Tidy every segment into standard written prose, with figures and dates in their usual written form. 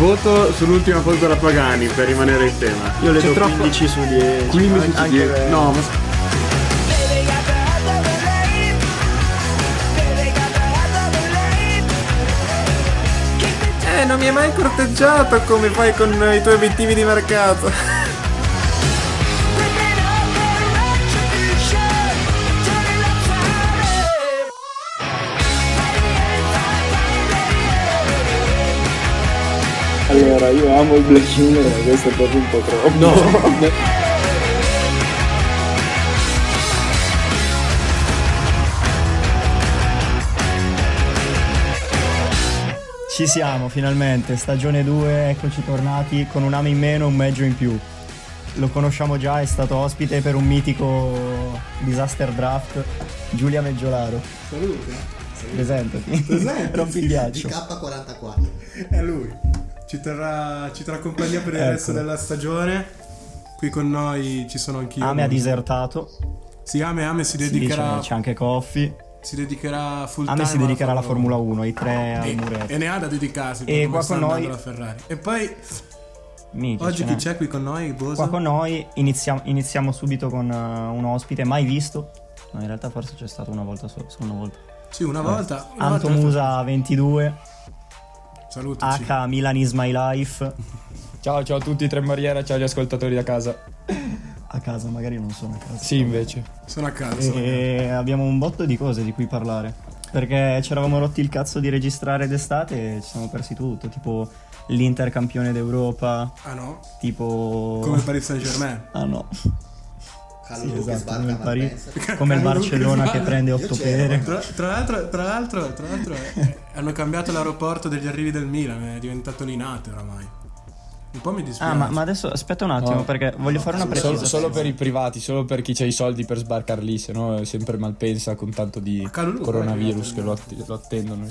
Voto sull'ultima foto della Pagani per rimanere in tema. Io le do 15 su 10. 15 su 10. No, ma non mi hai mai corteggiato come fai con i tuoi obiettivi di mercato. Allora, io amo il Black Humor, ma questo è proprio un po' troppo. No. Ci siamo finalmente, stagione 2, eccoci tornati con un Ame in meno, un Meggio in più. Lo conosciamo già, è stato ospite per un mitico Disaster Draft, Giulia Meggiolaro. Salute. Presentati. Rompi il ghiaccio. DK44. È lui. Ci terrà compagnia per il resto della stagione. Qui con noi ci sono anch'io. Ame ha disertato. Sì, Ame si dedicherà. C'è anche Coffi. Si dedicherà full time. Ame si dedicherà alla Formula 1, ai 3 al muretto. E ne ha da dedicarsi. E qua con noi la Ferrari. E poi Minchia, oggi chi c'è qui con noi? Boso? Qua con noi iniziamo subito con un ospite mai visto. No, in realtà forse c'è stato una volta solo una volta. Sì, una volta. Anto Musa 22. Salutaci. H Milan is my life. Ciao a tutti, Tre Mariera, ciao agli ascoltatori da casa. A casa, magari non sono a casa. Sì, invece. Sono a casa. E abbiamo un botto di cose di cui parlare. Perché ci eravamo rotti il cazzo di registrare d'estate e ci siamo persi tutto. Tipo l'Inter campione d'Europa. Ah no? Tipo come il Paris Saint-Germain. Ah no. Calulu sì, che esatto, sbarca come il, Malpensa. come il Barcellona che prende 8 pere. Tra l'altro hanno cambiato l'aeroporto degli arrivi del Milan. È diventato Linate oramai. Un po' mi dispiace. Ma adesso aspetta un attimo, perché voglio fare una precisazione. Solo per i privati, solo per chi c'ha i soldi per sbarcar lì, se no è sempre Malpensa con tanto di coronavirus che lo attendono.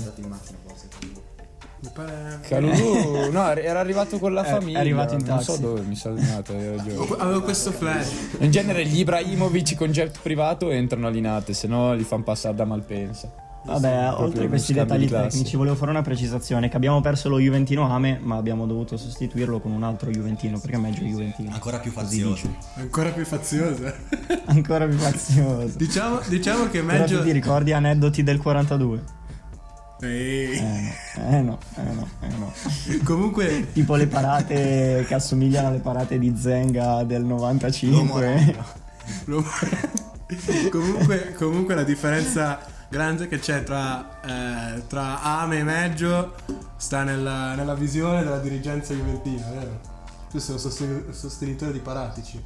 Mi pare... Calulu, no, era arrivato con la famiglia. È arrivato in taxi. Non so dove mi sa andato, Avevo questo flash. In genere gli Ibrahimovic con jet privato entrano a Linate, se no li fanno passare da Malpensa. Vabbè, oltre a questi dettagli tecnici volevo fare una precisazione, che abbiamo perso lo Juventino Ame, ma abbiamo dovuto sostituirlo con un altro Juventino, perché è meglio Juventino. Ancora più fazioso. Ancora più fazioso. Ancora più fazioso. Diciamo che meglio. Però tu ti ricordi aneddoti del 42? No. Comunque tipo le parate che assomigliano alle parate di Zenga del 95. Comunque la differenza grande che c'è tra Ame e Meggio sta nella visione della dirigenza juventina, vero? Tu sei un sostenitore di Paratici.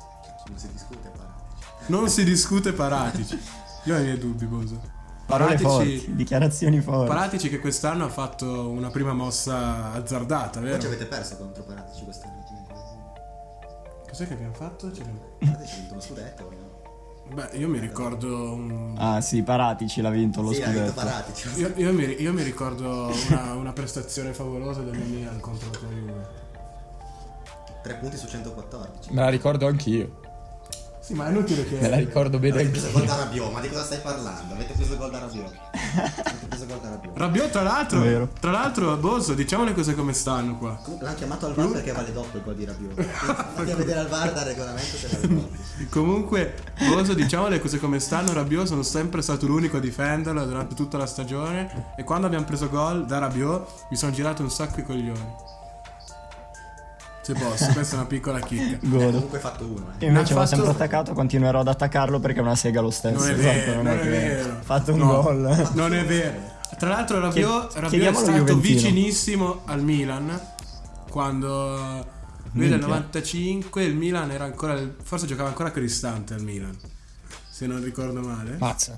Non si discute Paratici. Io ho i miei dubbi, Boso. Parole forti, dichiarazioni forti. Paratici che quest'anno ha fatto una prima mossa azzardata, vero? Poi ci avete perso contro Paratici quest'anno. Cos'è che abbiamo fatto? Paratici ha vinto lo scudetto, no? Beh, io mi ricordo Ah sì, Paratici l'ha vinto lo scudetto. Ha vinto Paratici. Io mi ricordo una prestazione favolosa del Milan contro la Juve. 3 punti su 114. Me la ricordo anch'io. Sì, ma è inutile che... Me la ricordo bene. Avete preso gol da Rabiot, ma di cosa stai parlando? Avete preso gol da Rabiot. Rabiot, tra l'altro, Boso, diciamo le cose come stanno qua. L'hanno chiamato al VAR perché vale dopo il gol di Rabiot. Andate a vedere al VAR dal regolamento se vale dopo. Comunque, Boso, diciamo le cose come stanno. Rabiot sono sempre stato l'unico a difenderlo durante tutta la stagione. E quando abbiamo preso gol da Rabiot mi sono girato un sacco i coglioni. Se posso, questa è una piccola chicca. Comunque fatto uno. Io invece l'ho sempre attaccato, continuerò ad attaccarlo perché è una sega lo stesso. Non è esatto, vero, non è vero. Fatto un gol. Non è vero. Tra l'altro Rabiot è stato Juventino. vicinissimo al Milan quando lui del 95 il Milan era ancora, forse giocava ancora a Cristante al Milan, se non ricordo male. Mazza.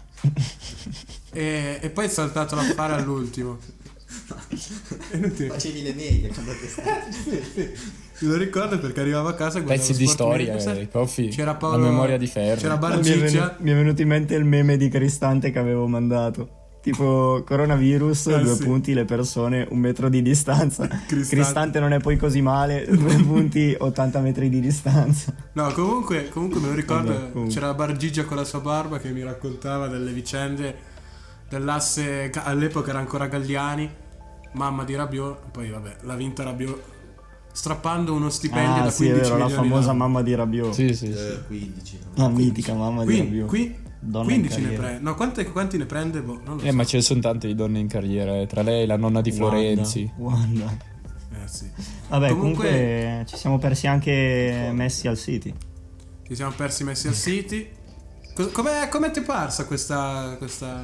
E poi è saltato l'affare all'ultimo. Facevi le medie quando Sì. Lo ricordo perché arrivavo a casa e pezzi di storia, profi. C'era Paolo, la memoria di ferro. C'era Bargigia. Mi è venuto in mente il meme di Cristante che avevo mandato. Tipo coronavirus, 2 punti le persone, 1 metro di distanza. Cristante non è poi così male, 2 punti, 80 metri di distanza. No, comunque me lo ricordo. C'era Bargigia con la sua barba che mi raccontava delle vicende dell'asse, all'epoca era ancora Galliani, mamma di Rabiot, poi vabbè, l'ha vinta Rabiot strappando uno stipendio da 15 sì, è vero, la milioni famosa d'anno. mamma di Rabiot. Sì. 15. La mitica mamma di Rabiot. Qui Donna 15 in ne carriera. prende. No, quanti ne prende? Boh, non lo so. Ma ce ne sono tante di donne in carriera, tra lei la nonna di Florenzi. Wanda. Sì. Vabbè, comunque ci siamo persi anche Messi al City. Ci siamo persi Messi al City. Come ti è parsa questa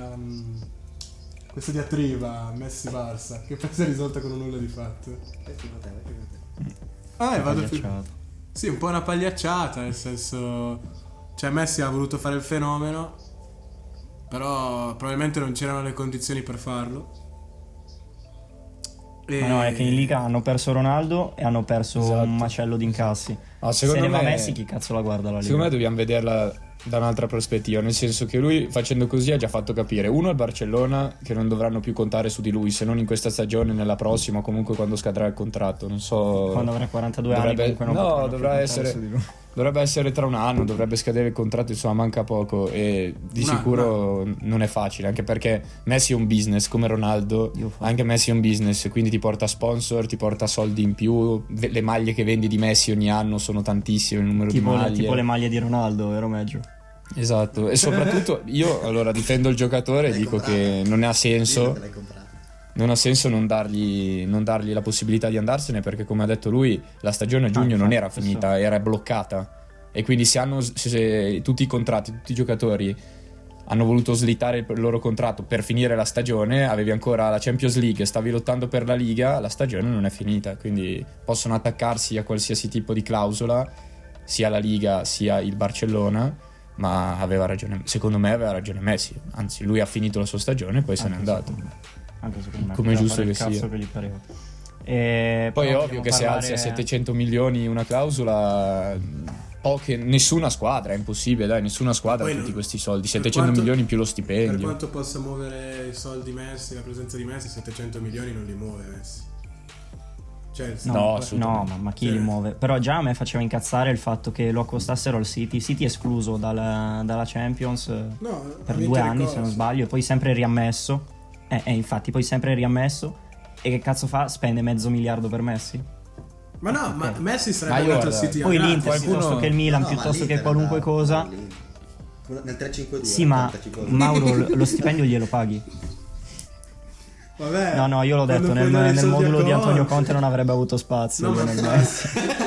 diatriba Messi-Barça? Che poi si è risolta con un nulla di fatto. Vado più. Sì, un po' una pagliacciata, nel senso... Cioè Messi ha voluto fare il fenomeno, però probabilmente non c'erano le condizioni per farlo. Ma no, è che in Liga hanno perso Ronaldo e hanno perso un macello di incassi. Se ne va Messi, chi cazzo la guarda la Liga? Secondo me dobbiamo vederla da un'altra prospettiva, nel senso che lui facendo così ha già fatto capire al Barcellona che non dovranno più contare su di lui, se non in questa stagione, nella prossima, comunque quando scadrà il contratto, non so. Quando avrà 42 anni comunque non potranno più contare su di lui. Dovrebbe essere tra un anno, dovrebbe scadere il contratto, insomma manca poco e di sicuro non è facile, anche perché Messi è un business come Ronaldo, anche Messi è un business, quindi ti porta sponsor, ti porta soldi in più, le maglie che vendi di Messi ogni anno sono tantissime, il numero di maglie. Tipo le maglie di Ronaldo, vero Meggio? Esatto, e soprattutto io allora difendo il giocatore e dico che non ha senso. Non ha senso non dargli la possibilità di andarsene, perché come ha detto lui la stagione a giugno non era finita, era bloccata, e quindi se tutti i contratti, tutti i giocatori hanno voluto slittare il loro contratto per finire la stagione, avevi ancora la Champions League, stavi lottando per la Liga, la stagione non è finita, quindi possono attaccarsi a qualsiasi tipo di clausola, sia la Liga sia il Barcellona, ma aveva ragione, secondo me aveva ragione Messi, anzi lui ha finito la sua stagione e poi se n'è andato. Anche secondo me, come è giusto che sia. Che gli pareva. Poi è ovvio che se alzi a 700 milioni una clausola, nessuna squadra, è impossibile, dai, nessuna squadra ha tutti questi soldi, 700 milioni più lo stipendio. Per quanto possa muovere i soldi Messi, la presenza di Messi, 700 milioni non li muove Messi. Cioè, ma chi li muove? Però già a me faceva incazzare il fatto che lo accostassero al City escluso dalla Champions per 2 anni se non sbaglio, e poi sempre riammesso. Infatti poi sempre riammesso. E che cazzo fa? Spende $500 milioni per Messi? Ma no, ma Messi sarebbe andato al City. Poi l'Inter piuttosto che il Milan, piuttosto che qualunque cosa. Nel 3-5-2. Sì, ma Mauro lo stipendio glielo paghi? Vabbè, no, io l'ho detto, nel modulo di Antonio Conte non avrebbe avuto spazio nel Messi.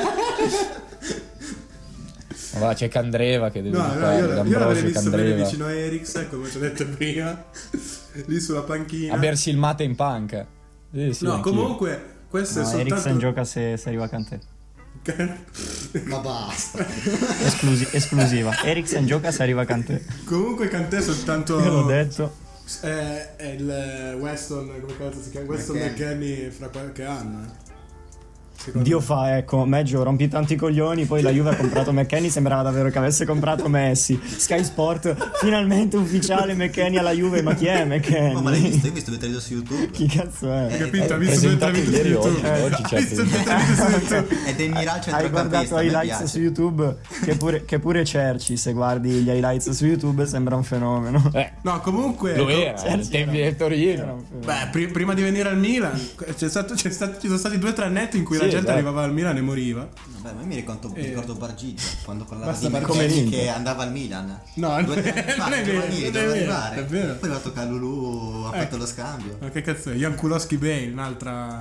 Ma c'è Candreva che deve io l'avrei visto bene vicino a Eriksen, come ti ho detto prima, lì sulla panchina, a bersi il mate in panca. Sì, no, comunque questo è soltanto... Eriksen gioca se arriva Kanté. Ma basta. Esclusiva. Eriksen gioca se arriva Kanté. Comunque Kanté è soltanto... Io l'ho detto. È il Weston, come cazzo si chiama? Weston McKennie fra qualche anno. Dio fa, ecco, Meggio, rompi tanti coglioni. Poi la Juve ha comprato McKennie, sembrava davvero che avesse comprato Messi. Sky Sport, finalmente ufficiale McKennie alla Juve. Ma chi è McKennie? Ma l'hai visto? Io ho visto 2 video su YouTube. Chi cazzo è? Hai capito? Ha visto 2 video su YouTube. Oggi c'è Ed è Miralcio hai guardato highlights su YouTube? Che pure Cerci, se guardi gli highlights su YouTube, sembra un fenomeno. No, comunque lo era, ai tempi del Torino. Beh, prima di venire al Milan ci sono stati 2 o 3 annetti in cui la gente arrivava al Milan e moriva. Vabbè, ma io mi ricordo Bargigio quando parlava Basta di Mercheni che andava al Milan. No, non è vero, è vero. Poi ha fatto Calulu, ha fatto lo scambio. Ma che cazzo è? Jankulowski Bale, un'altra...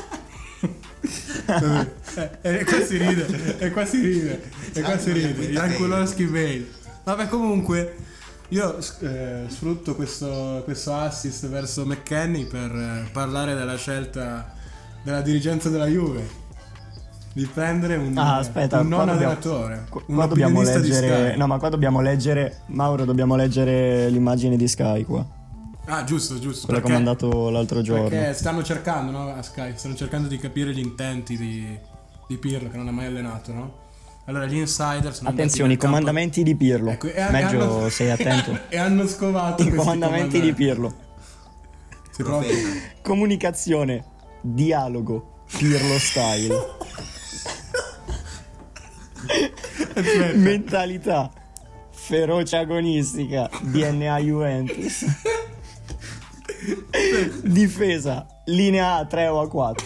qua si ride. Jankulowski Bale. Vabbè, comunque io sfrutto questo assist verso McKennie per parlare della scelta della dirigenza della Juve di prendere un non allenatore, un opinionista di Sky. No, ma qua dobbiamo leggere, Mauro, dobbiamo leggere l'immagine di Sky qua. Ah, giusto. Quella che ho mandato l'altro giorno. Perché stanno cercando, no, a Sky, stanno cercando di capire gli intenti di Pirlo, che non ha mai allenato, no? Allora gli insider sono attenzione, i comandamenti di Pirlo. Ecco, Meggio sei attento. E hanno scovato i comandamenti di Pirlo. Comunicazione, dialogo, Pirlo style. Mentalità, ferocia agonistica, DNA Juventus. Difesa, linea A3 o A4.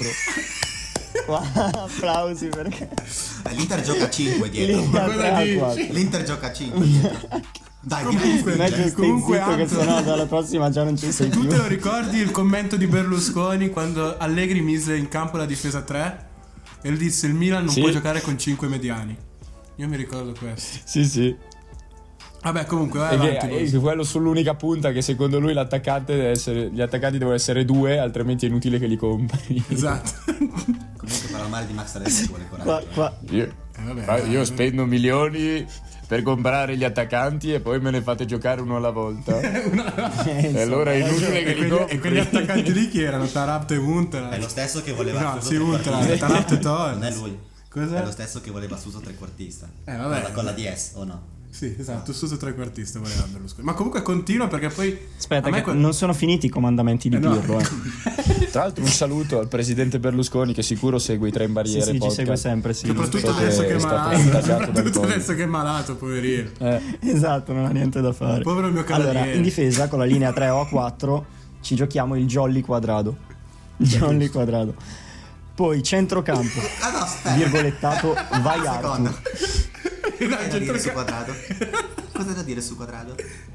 Applausi perché L'Inter gioca a 5 dietro. linea cosa 3 dici? A4. L'Inter gioca a 5 dietro. Dai, Comunque, Meglio stai comunque, zitto che Anto, sennò dalla prossima già non ci sei tu più. te lo ricordi il commento di Berlusconi quando Allegri mise in campo la difesa 3 e lui disse il Milan non Sì. può giocare con 5 mediani. Io mi ricordo questo. Sì. Vabbè, comunque vai E avanti. che, Bosi. e quello sull'unica punta che secondo lui l'attaccante deve essere, gli attaccanti devono essere 2, altrimenti è inutile che li compri. Esatto. Comunque parla male di Max Allegri, ci vuole coraggio. Qua. Io spendo milioni per comprare gli attaccanti e poi me ne fate giocare uno alla volta. E allora è inutile che li compri. E quegli attaccanti lì chi erano? Tarabt e Unter. È lo stesso che voleva No, Suso sì, Unter, trequartista. Tarabt e Torres. Non è lui. Cos'è? È lo stesso che voleva Suso trequartista. Vabbè. Con la DS, o no? Sì, esatto, Suso trequartista voleva Berlusconi. Ma comunque continua perché poi Aspetta, a me che non sono finiti i comandamenti di no. Pirlo. Tra l'altro un saluto al presidente Berlusconi che sicuro segue i Tre in Barriere Sì, ci podcast. segue sempre, sì. Soprattutto So che adesso che è è stato malato. contagiato dal Soprattutto Covid. adesso che è malato, poverino. Esatto, non ha niente da fare. Povero mio cavaliere. Allora, in difesa con la linea 3 o A4 ci giochiamo il jolly quadrado. Jolly quadrado. Poi centrocampo, Ah no, aspetta. virgolettato, vai Secondo. Arthur. Cosa è da dire su quadrado? Cosa è da dire su quadrado?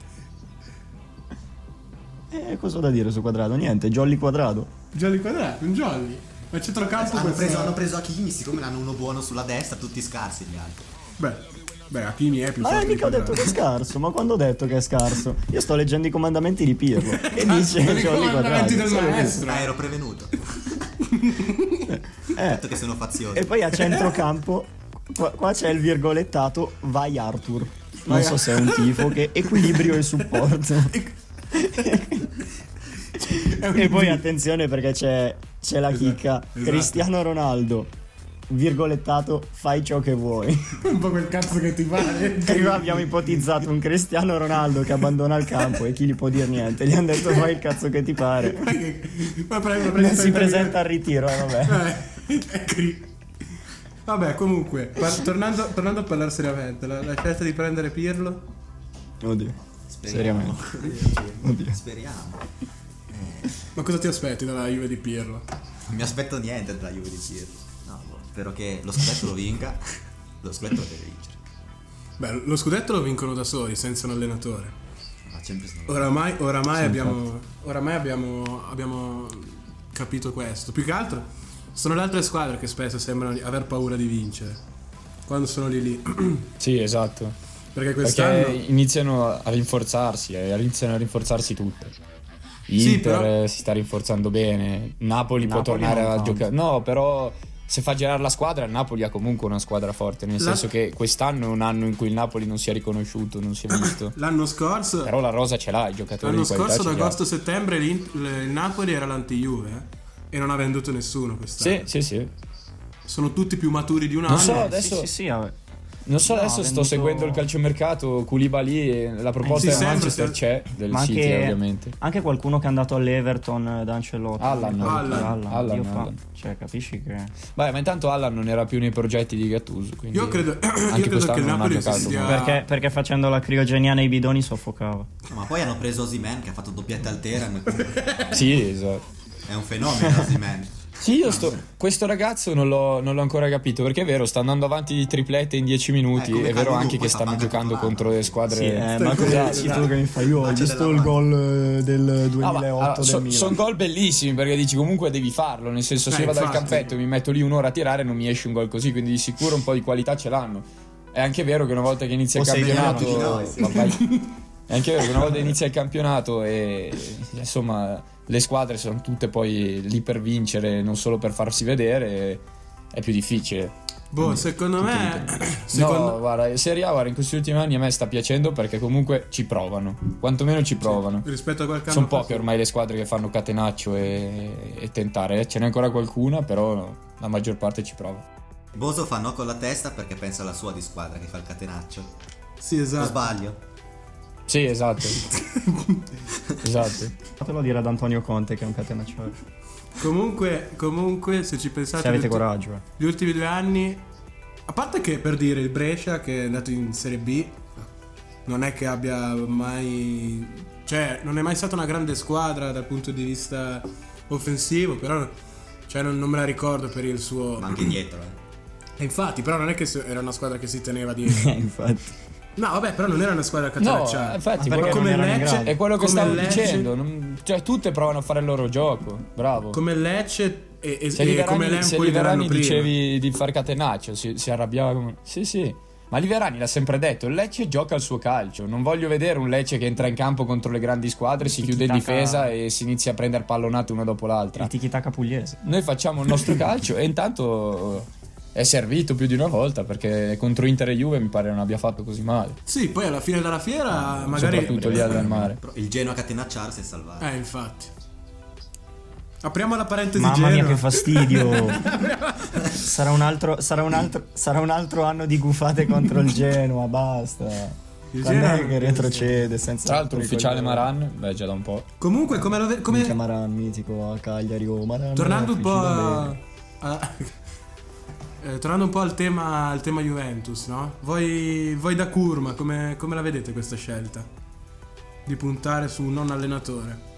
Cosa ho da dire su quadrado? Niente, jolly quadrado. Jolly quadrato, un Jolly. Ma centrocampo Hanno preso Hakimi, siccome ne hanno uno buono sulla destra, tutti scarsi gli altri. Beh, Hakimi è più Ma forte. mica ho di detto che è Quadrato. scarso, ma quando ho detto che è scarso? Io sto leggendo i comandamenti di Pirlo e dice Sono i jolly comandamenti del quadrado. maestro. Ero prevenuto. Ho detto che sono fazioso. E poi a centrocampo qua c'è il virgolettato vai Arthur. Non so se è un tifo che equilibrio e supporto. E poi attenzione perché c'è la chicca. esatto. Cristiano Ronaldo, virgolettato, fai ciò che vuoi. Un po' quel cazzo che ti pare. E qua abbiamo ipotizzato un Cristiano Ronaldo che abbandona il campo e chi gli può dire niente. Gli hanno detto fai il cazzo che ti pare. Ma Non si presenta al ritiro, vabbè. Vabbè, comunque, tornando a parlare seriamente, la scelta di prendere Pirlo. Oddio. Seriamente. Oddio. Speriamo. Ma cosa ti aspetti dalla Juve di Pirlo? Non mi aspetto niente dalla Juve di Pirlo. No, spero che lo scudetto lo vinca. Lo scudetto lo deve vincere. Beh, lo scudetto lo vincono da soli, senza un allenatore. La Champions no. Oramai abbiamo capito questo. Più che altro sono le altre squadre che spesso sembrano aver paura di vincere quando sono lì. Sì, esatto. Perché quest'anno Perché iniziano a rinforzarsi tutte. Sì, Inter però- si sta rinforzando bene. Napoli può Napoli tornare non a tanto. giocare. No, però se fa girare la squadra, il Napoli ha comunque una squadra forte. Nel senso che quest'anno è un anno in cui il Napoli non si è riconosciuto, non si è visto. l'anno scorso Però la rosa ce l'ha, i giocatori L'anno di qualità scorso, ce ad li ha. agosto-settembre, il Napoli era l'anti-Juve e non ha venduto nessuno quest'anno. Sì. Sono tutti più maturi di un anno. Non so, adesso, Sì, vabbè. non so, No, adesso ha sto venduto- seguendo il calciomercato. Koulibaly, la proposta Sì, del sembra Manchester sia- c'è, del Ma City ovviamente. anche qualcuno che è andato all'Everton da Ancelotti. Allan. Allan. Cioè, capisci che Beh, ma intanto Allan non era più nei progetti di Gattuso. Quindi Io credo che quest'anno il non ha Napoli si giocato stia... molto. perché facendo la criogenia nei bidoni soffocava. No, ma poi hanno preso Osimhen che ha fatto doppiette al Teram. Sì, esatto. È un fenomeno Osimhen. Sì, questo ragazzo non l'ho ancora capito, perché è vero, sta andando avanti di triplette in 10 minuti, come è vero Kalulu, anche poi che fa stanno manca giocando titolare. contro le squadre. Sì, ma come dici tu che mi fai? Io ho Faccia visto della il mano. gol del 2008 del Milan. Sono gol bellissimi, perché dici comunque devi farlo, nel senso se io vado al infatti. campetto e mi metto lì un'ora a tirare non mi esce un gol così, quindi di sicuro un po' di qualità ce l'hanno. È anche vero che una volta che inizia il O campionato segnano, sì. vabbè, è anche vero che una volta che inizia il campionato e insomma le squadre sono tutte poi lì per vincere, non solo per farsi vedere, è più difficile. secondo me... No, guarda, Serie A, guarda, in questi ultimi anni a me sta piacendo perché comunque ci provano, quantomeno ci provano. rispetto a qualche anno Sono fa, poche ormai le squadre che fanno catenaccio e tentare, ce n'è ancora qualcuna, però la maggior parte ci prova. Boso fa no con la testa perché pensa alla sua di squadra che fa il catenaccio. Sì, O esatto. sbaglio? Sì, esatto. Esatto. Fatelo dire ad Antonio Conte che è un catenaccione. Comunque, se ci pensate... Se avete coraggio. Gli ultimi 2 anni... A parte che, per dire, il Brescia, che è andato in Serie B... non è che abbia mai, cioè non è mai stata una grande squadra dal punto di vista offensivo, però cioè non me la ricordo per il suo, Ma anche dietro, E infatti, però non è che era una squadra che si teneva dietro. Infatti. No, vabbè, però non era una squadra No, catenacciata. infatti, Ma perché quello- non erano in Lecce- grado? è quello che come stavo Lecce- dicendo. Cioè, tutte provano a fare il loro gioco. Bravo. Come Lecce e Se come Liverani, se l'Empoli dell'anno Liverani prima. dicevi di far catenaccio, si arrabbiava come... Sì. Ma Liverani l'ha sempre detto, il Lecce gioca il suo calcio. Non voglio vedere un Lecce che entra in campo contro le grandi squadre, si chiude in Tiki-taka. difesa e si inizia a prendere pallonate una dopo l'altra. Il tiki-taka pugliese. Noi facciamo il nostro calcio e intanto è servito più di una volta, perché contro Inter e Juve mi pare non abbia fatto così male. Sì, poi alla fine della fiera magari... Soprattutto lì al mare. Però il Genoa catenacciarsi e salvare. Infatti. Apriamo la parentesi Mamma mia, Genoa. che fastidio. sarà un altro anno di gufate contro il Genoa, basta. Il Quando è Genoa- che retrocede senza Tra l'altro ufficiale coglioni. Maran, beh già da un po'. Comunque, come Minchia Maran, mitico a Cagliari. Maran, tornando un po' bene. tornando un po' al tema Juventus, no? Voi da Curma come la vedete questa scelta di puntare su un non allenatore?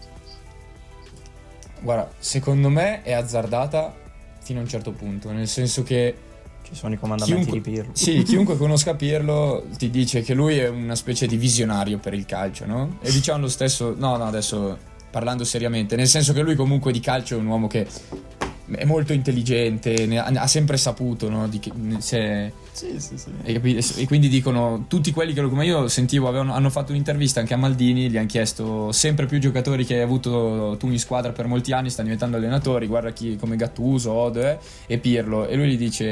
Guarda, secondo me è azzardata fino a un certo punto, nel senso che Ci sono i comandamenti chiunque, di Pirlo. sì, chiunque conosca Pirlo ti dice che lui è una specie di visionario per il calcio, no? E diciamo lo stesso, no, adesso parlando seriamente, nel senso che lui comunque di calcio è un uomo che è molto intelligente, ha sempre saputo, no? Sì. E quindi dicono, tutti quelli che come io sentivo hanno fatto un'intervista anche a Maldini, gli hanno chiesto sempre più giocatori che hai avuto tu in squadra per molti anni stanno diventando allenatori, guarda chi come Gattuso, Odo e Pirlo, e lui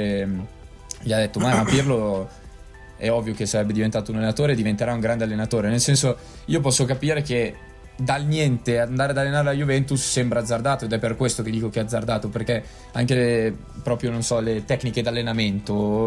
gli ha detto ma Pirlo è ovvio che sarebbe diventato un allenatore, diventerà un grande allenatore, nel senso io posso capire che dal niente andare ad allenare la Juventus sembra azzardato, ed è per questo che dico che è azzardato, perché anche proprio non so le tecniche d'allenamento,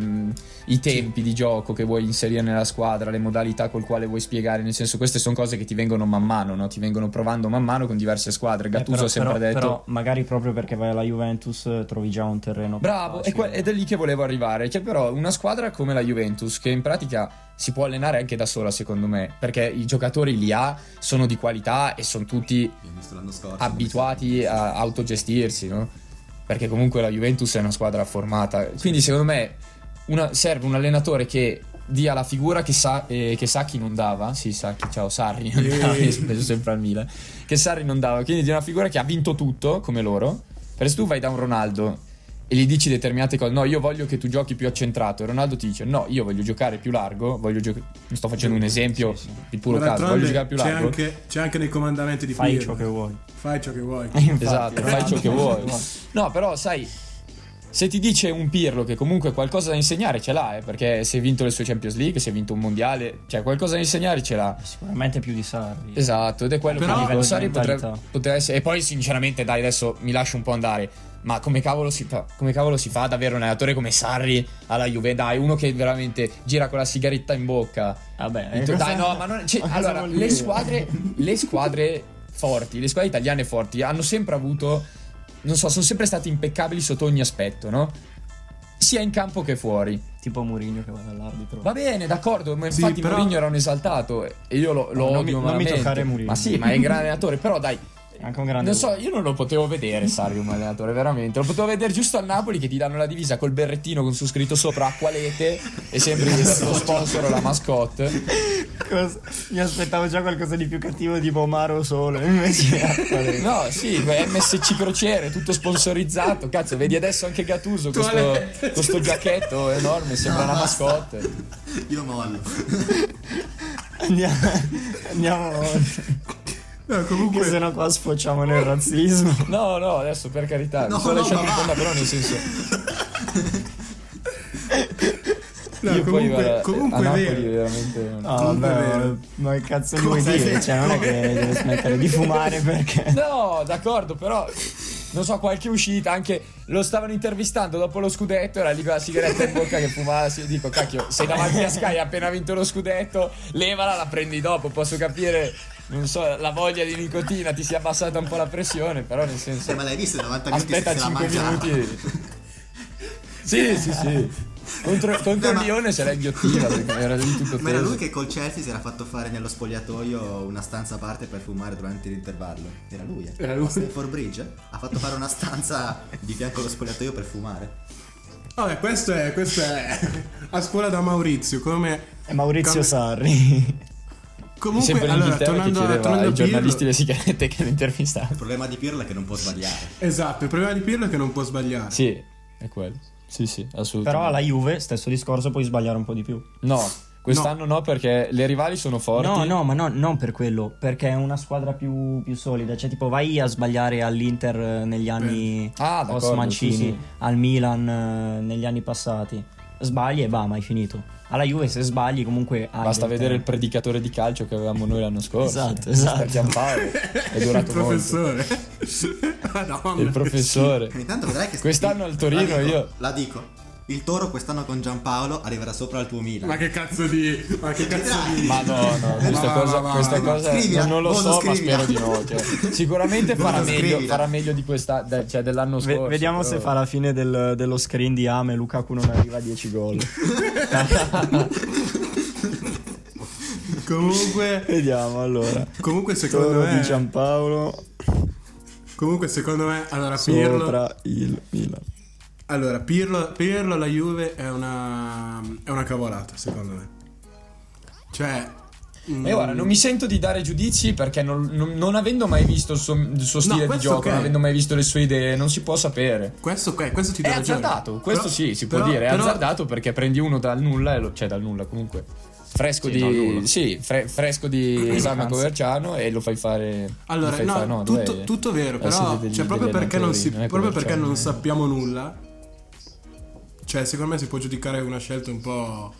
i tempi di gioco che vuoi inserire nella squadra, le modalità col quale vuoi spiegare, nel senso queste sono cose che ti vengono man mano, no? Ti vengono provando man mano con diverse squadre. Gattuso ha sempre detto però magari proprio perché vai alla Juventus trovi già un terreno più bravo, facile. ed è lì che volevo arrivare, che però una squadra come la Juventus, che in pratica si può allenare anche da sola secondo me, perché i giocatori li ha, sono di qualità e sono tutti Abbiamo visto l'anno scorso. abituati a autogestirsi, no? Perché comunque la Juventus è una squadra formata, quindi secondo me serve un allenatore che dia la figura che Sacchi non dava. Sì, Sacchi, ciao, Sarri non dava, io penso sempre al Milan, che Sarri non dava, quindi dia una figura che ha vinto tutto come loro, perché se tu vai da un Ronaldo e gli dici determinate cose, no, io voglio che tu giochi più accentrato, e Ronaldo ti dice no, io voglio giocare più largo, sto facendo un esempio di puro Ma caso, voglio giocare più largo. c'è anche nei comandamenti di Fai Pirlo. ciò che vuoi. Fai ciò che vuoi. Infatti, Esatto, fai ciò che vuoi. No, però sai, se ti dice un Pirlo che comunque qualcosa da insegnare ce l'ha, perché si è vinto le sue Champions League, si è vinto un mondiale, cioè qualcosa da insegnare ce l'ha. Sicuramente più di Sarri. Esatto, ed è quello Però- che dico, Sarri livello di mentalità. potrebbe essere. E poi sinceramente dai, adesso mi lascio un po' andare, ma come cavolo si fa ad avere un allenatore come Sarri alla Juve? Dai, uno che veramente gira con la sigaretta in bocca. Vabbè, Dai, no, ma non, cioè, ma cosa allora, vuol le dire? squadre forti, le squadre italiane forti hanno sempre avuto, non so, sono sempre stati impeccabili sotto ogni aspetto, no? Sia in campo che fuori. tipo Mourinho che va dall'arbitro. Va bene, d'accordo, ma Sì, infatti però- Mourinho era un esaltato e io lo non odio mi malamente. toccare Mourinho. Ma sì, ma è un grande allenatore, però dai, Anche un grande non so, io non lo potevo vedere Sarri come allenatore, veramente. Lo potevo vedere giusto al Napoli che ti danno la divisa col berrettino con su scritto sopra Acqualete e sempre lo sponsor o la mascotte. Mi aspettavo già qualcosa di più cattivo tipo Maro solo, invece No, sì, MSC Crociere, tutto sponsorizzato. Cazzo, vedi adesso anche Gattuso con sto giacchetto enorme, sembra una mascotte. Io mollo. andiamo No, che comunque sennò qua sfociamo nel razzismo. No, adesso per carità, mi No, sto no, lasciando ma in va. fonda, però nel senso. no, Io poi guarda, a comunque è Napoli vero. veramente. No, Comunque è vabbè, vero. ma che cazzo vuoi Cosa è dire? vero? Cioè, non è che deve smettere di fumare perché. No, d'accordo, però non so, qualche uscita, anche lo stavano intervistando dopo lo scudetto, era lì con la sigaretta in bocca che fumava, dico cacchio, sei davanti a Sky, hai appena vinto lo scudetto, levala, la prendi dopo, posso capire, non so, la voglia di nicotina, ti si è abbassata un po' la pressione, però nel senso Ma l'hai visto 90 minuti aspetta se la 5 mangiava. minuti. Sì. contro il Lione se l'ha inghiottiva perché era di tutto Ma era teso. lui che col Chelsea si era fatto fare nello spogliatoio una stanza a parte per fumare durante l'intervallo. Era lui, eh. Era lui. A Stamford Bridge ha fatto fare una stanza di fianco allo spogliatoio per fumare. Vabbè, questo è a scuola da Maurizio, come È Maurizio Sarri. comunque Sempre in allora Inghilterra che chiedeva tornando ai a giornalisti Pirlo, le sigarette che lo intervistavano. Il problema di Pirlo è che non può sbagliare. esatto, il problema di Pirlo è che non può sbagliare. Sì, è quello. Sì, assolutamente. Però alla Juve, stesso discorso, puoi sbagliare un po' di più. No, quest'anno no perché le rivali sono forti. No, ma non per quello, perché è una squadra più solida. Cioè, tipo, vai a sbagliare all'Inter negli anni Ah, d'accordo, post Mancini, sì. al Milan negli anni passati. Sbagli e bam, hai finito. Alla Juve, se sbagli, comunque hai Basta del vedere il tempo. predicatore di calcio che avevamo noi l'anno scorso. Esatto. Per Giampaolo. È Il durato molto. professore. Madonna. Il professore. Intanto vedrai che Quest'anno al Torino La dico. Il Toro quest'anno con Giampaolo arriverà sopra al tuo Milan. Ma che cazzo di Ma no, questa cosa Scrivila, non lo Bono, so, ma scrivila. spero di no. Cioè, sicuramente Bono, scrivila. farà meglio di cioè dell'anno scorso. Vediamo se fa la fine dello screen di Ame. Lukaku non arriva a 10 gol. Comunque Vediamo allora. secondo Toro di me Giampaolo allora Pirlo sopra il Milan. allora Pirlo alla Juve è una cavolata secondo me. Cioè E ora non mi sento di dare giudizi perché non avendo mai visto il suo stile di questo gioco, ok. non avendo mai visto le sue idee, non si può sapere. questo ti do È ragione. azzardato, questo Però- sì, si può però- dire, è però- azzardato perché prendi uno dal nulla cioè dal nulla comunque. Fresco Sì, di dal nulla. fresco di esame a Anzi. Coverciano e lo fai fare. Allora, lo fai fare, dov'è? tutto vero, La sede però degli- cioè, proprio degli perché allenatori, non è proprio perché Coverciano, non sappiamo nulla. Cioè, secondo me si può giudicare una scelta un po'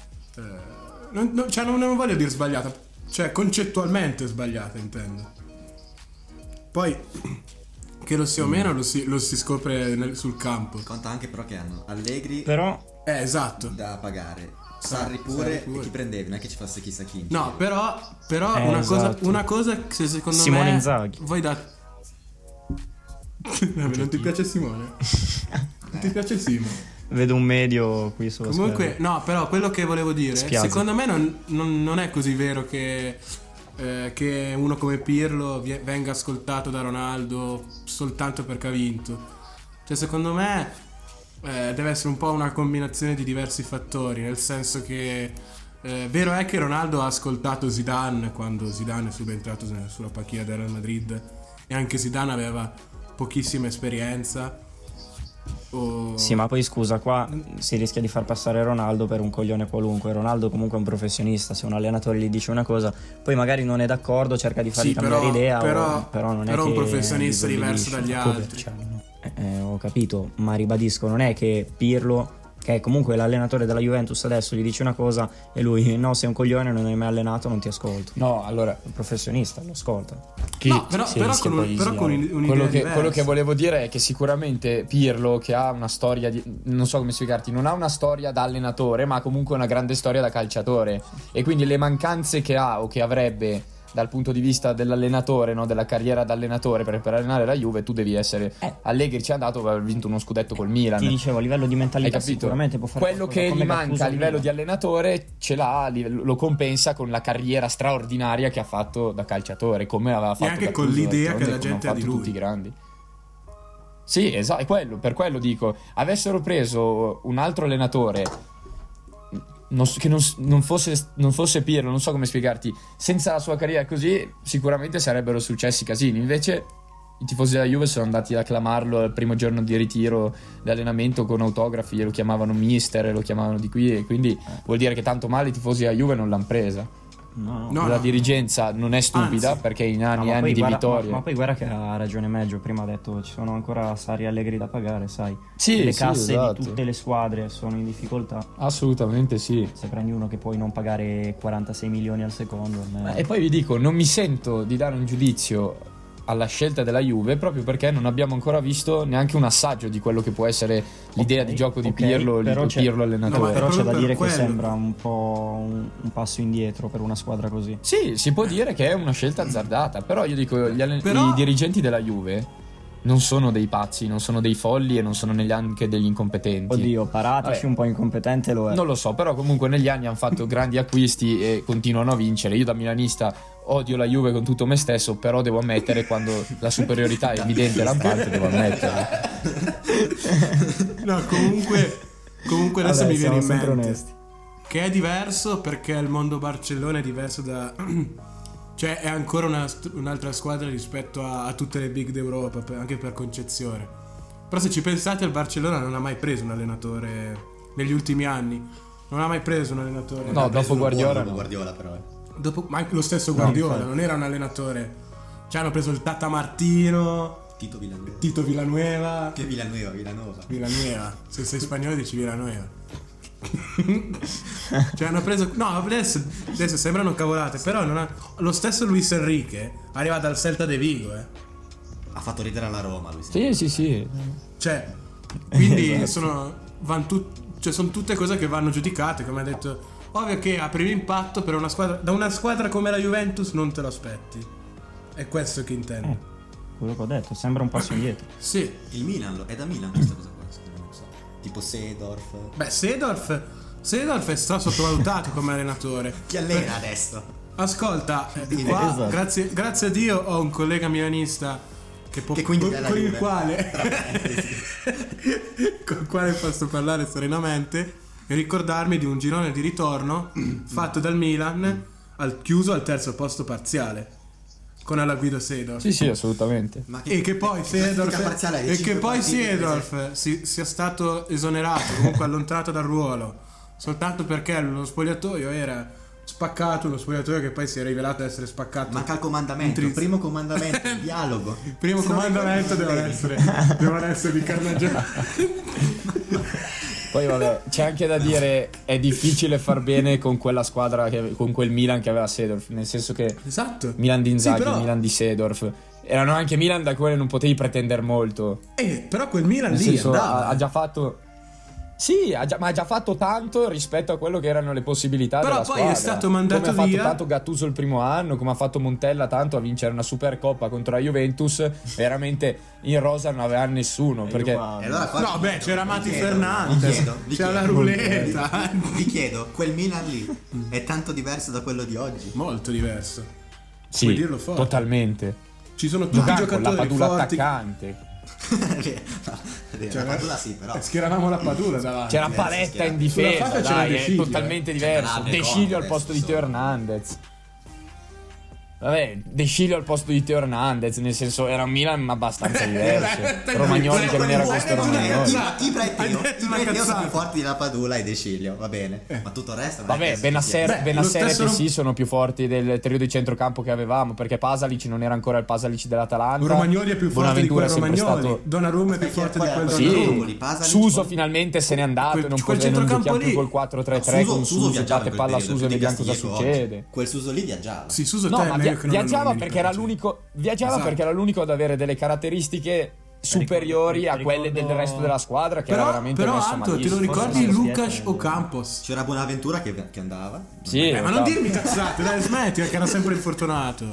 non voglio dire sbagliata, cioè concettualmente sbagliata, intendo. Poi che lo sia o meno lo si scopre sul campo. Conta anche però che hanno Allegri Però Esatto. da pagare, Sarri pure, Sarri pure. e chi prendevi? Non è che ci fosse chissà chi. No, però esatto. una cosa che secondo Simone me Inzaghi. voi da Vabbè, non ti piace Simone? Non ti piace Simone? vedo un medio qui sulla Comunque, schermo. no, però quello che volevo dire, Spiazza. secondo me non è così vero che uno come Pirlo venga ascoltato da Ronaldo soltanto perché ha vinto. Cioè, secondo me deve essere un po' una combinazione di diversi fattori, nel senso che vero è che Ronaldo ha ascoltato Zidane quando Zidane è subentrato sulla panchina del Real Madrid, e anche Zidane aveva pochissima esperienza. Sì, ma poi scusa, qua si rischia di far passare Ronaldo per un coglione qualunque. Ronaldo comunque è un professionista, se un allenatore gli dice una cosa, poi magari non è d'accordo, cerca di fargli Sì, cambiare idea, però non è un che professionista diverso disobbedisce. dagli Come, altri. cioè, ho capito, ma ribadisco, non è che Pirlo, che è comunque l'allenatore della Juventus, adesso gli dice una cosa e lui no, sei un coglione, non hai mai allenato, non ti ascolto. No, allora È un professionista, lo ascolta. No, però rischia con poi di un'idea quello che diversa. volevo dire è che sicuramente Pirlo, che ha una storia non so come spiegarti, non ha una storia da allenatore, ma ha comunque una grande storia da calciatore, e quindi le mancanze che ha o che avrebbe dal punto di vista dell'allenatore, no? Della carriera da allenatore per allenare la Juve, tu devi essere Allegri ci è andato, ha vinto uno scudetto col Milan. Ti dicevo, a livello di Hai mentalità capito? sicuramente può fare Quello qualcosa, che come gli Gattuso manca a al livello Milan. di allenatore ce l'ha, lo compensa con la carriera straordinaria che ha fatto da calciatore, come aveva fatto anche Gattuso, con l'idea d'altronde, che la come gente hanno ha di fatto lui. tutti i grandi. Sì, esatto, è quello, per quello dico, avessero preso un altro allenatore che non fosse Pirlo, non so come spiegarti, senza la sua carriera così, sicuramente sarebbero successi casini. Invece i tifosi della Juve sono andati ad acclamarlo al primo giorno di ritiro di allenamento con autografi, lo chiamavano mister, lo chiamavano di qui, e quindi vuol dire che tanto male i tifosi della Juve non l'hanno presa. No. No. La dirigenza non è stupida, Anzi. perché in No, anni e ma anni poi di guarda, vittorie. ma poi guarda che ha ragione Meggio. Prima ha detto ci sono ancora Sarri e Allegri da pagare, sai. Sì, le sì, casse esatto. di tutte le squadre sono in difficoltà. Assolutamente sì. Se prendi uno che puoi non pagare 46 milioni al secondo, a me- E poi vi dico, non mi sento di dare un giudizio alla scelta della Juve proprio perché non abbiamo ancora visto neanche un assaggio di quello che può essere l'idea di gioco di ok, Pirlo, però c'è- Pirlo No, allenatore. ma però c'è proprio da per dire quello. che sembra un po' un passo indietro per una squadra così. Sì, si può dire che è una scelta azzardata, però io dico Però- i dirigenti della Juve non sono dei pazzi, non sono dei folli e non sono neanche degli incompetenti. Oddio, Paratici Vabbè. un po' incompetente lo è. Non lo so, però comunque negli anni hanno fatto grandi acquisti e continuano a vincere. Io da milanista odio la Juve con tutto me stesso, però devo ammettere quando la superiorità è evidente e lampante, devo ammetterlo. No, comunque adesso Vabbè, mi viene in siamo sempre mente onesti. che è diverso perché il mondo Barcellona è diverso da... cioè è ancora un'altra squadra rispetto a tutte le big d'Europa, anche per concezione. Però se ci pensate, il Barcellona non ha mai preso un allenatore negli ultimi anni. Non ha mai preso un allenatore. No, dopo Guardiola no. Guardiola però. Ma anche lo stesso Guardiola infatti. non era un allenatore. Cioè hanno preso il Tata Martino, Tito Villanueva. Tito Villanueva. Che Villanueva? Villanueva. Se sei spagnolo dici Villanueva. Cioè hanno preso... No, adesso sembrano cavolate. Però non ha... Lo stesso Luis Enrique arriva dal Celta de Vigo, Ha fatto ridere alla Roma lui. Sì. Cioè, quindi sono tutte cose che vanno giudicate, come ha detto. Ovvio che a primo impatto per da una squadra come la Juventus non te lo aspetti. È questo che intendo. Quello che ho detto, sembra un passo indietro. Sì. Il Milan è da Milan questa cosa qua, non so. Tipo Seedorf. Beh, Seedorf è stato sottovalutato come allenatore. Chi allena adesso? Ascolta, qua, Esatto. grazie a Dio ho un collega milanista che quindi con il quale con il quale posso parlare serenamente e ricordarmi di un girone di ritorno fatto dal Milan chiuso al terzo posto parziale con alla guida Seedorf. Sì, assolutamente. Ma E che poi Seedorf sia stato esonerato, comunque allontanato dal ruolo, soltanto perché lo spogliatoio era spaccato, uno spogliatoio che poi si è rivelato essere spaccato. manca il comandamento, il primo comandamento, il dialogo. Il primo Se non comandamento ricordi, devono essere di carnagione. Poi vabbè, c'è anche da dire, è difficile far bene con quella squadra, con quel Milan che aveva Seedorf, nel senso che Esatto. Milan di Inzaghi, Sì, però- Milan di Seedorf erano anche Milan da quale non potevi pretendere molto. Però quel Milan Nel lì senso, andava. ha già fatto... Sì, ma ha già fatto tanto rispetto a quello che erano le possibilità Però della poi squadra. è stato mandato come ha fatto via. tanto Gattuso il primo anno, come ha fatto Montella tanto a vincere una Supercoppa contro la Juventus. Veramente in rosa non aveva nessuno, perché E allora qua No, vi beh, chiedo, c'era vi Mati chiedo, Fernandes, vi c'era chiedo, la ruleta. Vi chiedo, quel Milan lì è tanto diverso da quello di oggi? Molto diverso. sì, puoi dirlo forte. totalmente. Ci sono tutti Giocare con la giocatori Padula forti. attaccante. Cioè, la Padula sì, però. Schieravamo la Padula davanti. C'era Paletta in Sulla difesa, faccia c'era dai, De è Sciglio, totalmente diverso. Grande De Sciglio al Conte, posto di Teo insomma. Hernandez. Vabbè, De Sciglio al posto di Teo Hernandez, nel senso era un Milan abbastanza diverso. Romagnoli che non era questo Romagnoli. Ibra e Hai Teo detto una sono cazzata. più forti della Padula e De Sciglio, va bene. Ma tutto il resto non è Vabbè, che Benasser Beh, e lo stesso sì sono più forti del trio di centrocampo che avevamo, perché Pasalic non era ancora il Pasalic dell'Atalanta. Romagnoli è più forte di Bonaventura quel è sempre Romagnoli. stato... Donnarumma è più forte di quel Sì. Donnarumma. Suso finalmente se n'è andato e non quel non centrocampo giochiamo più lì. col 4-3-3 con Suso, date palla a Suso e vediamo cosa succede. Quel Suso lì viaggiava. Sì, Suso No, te è ma meglio che non viaggiava mi perché era ricordo. l'unico Esatto. perché era l'unico ad avere delle caratteristiche superiori a quelle del resto della squadra, che era veramente Però messa Anto, te lo malissimo. ricordi Forse Lucas Pietro. Ocampos? C'era Bonaventura che andava. Sì, Ma non dirmi cazzate, dai, smetti, perché era sempre infortunato.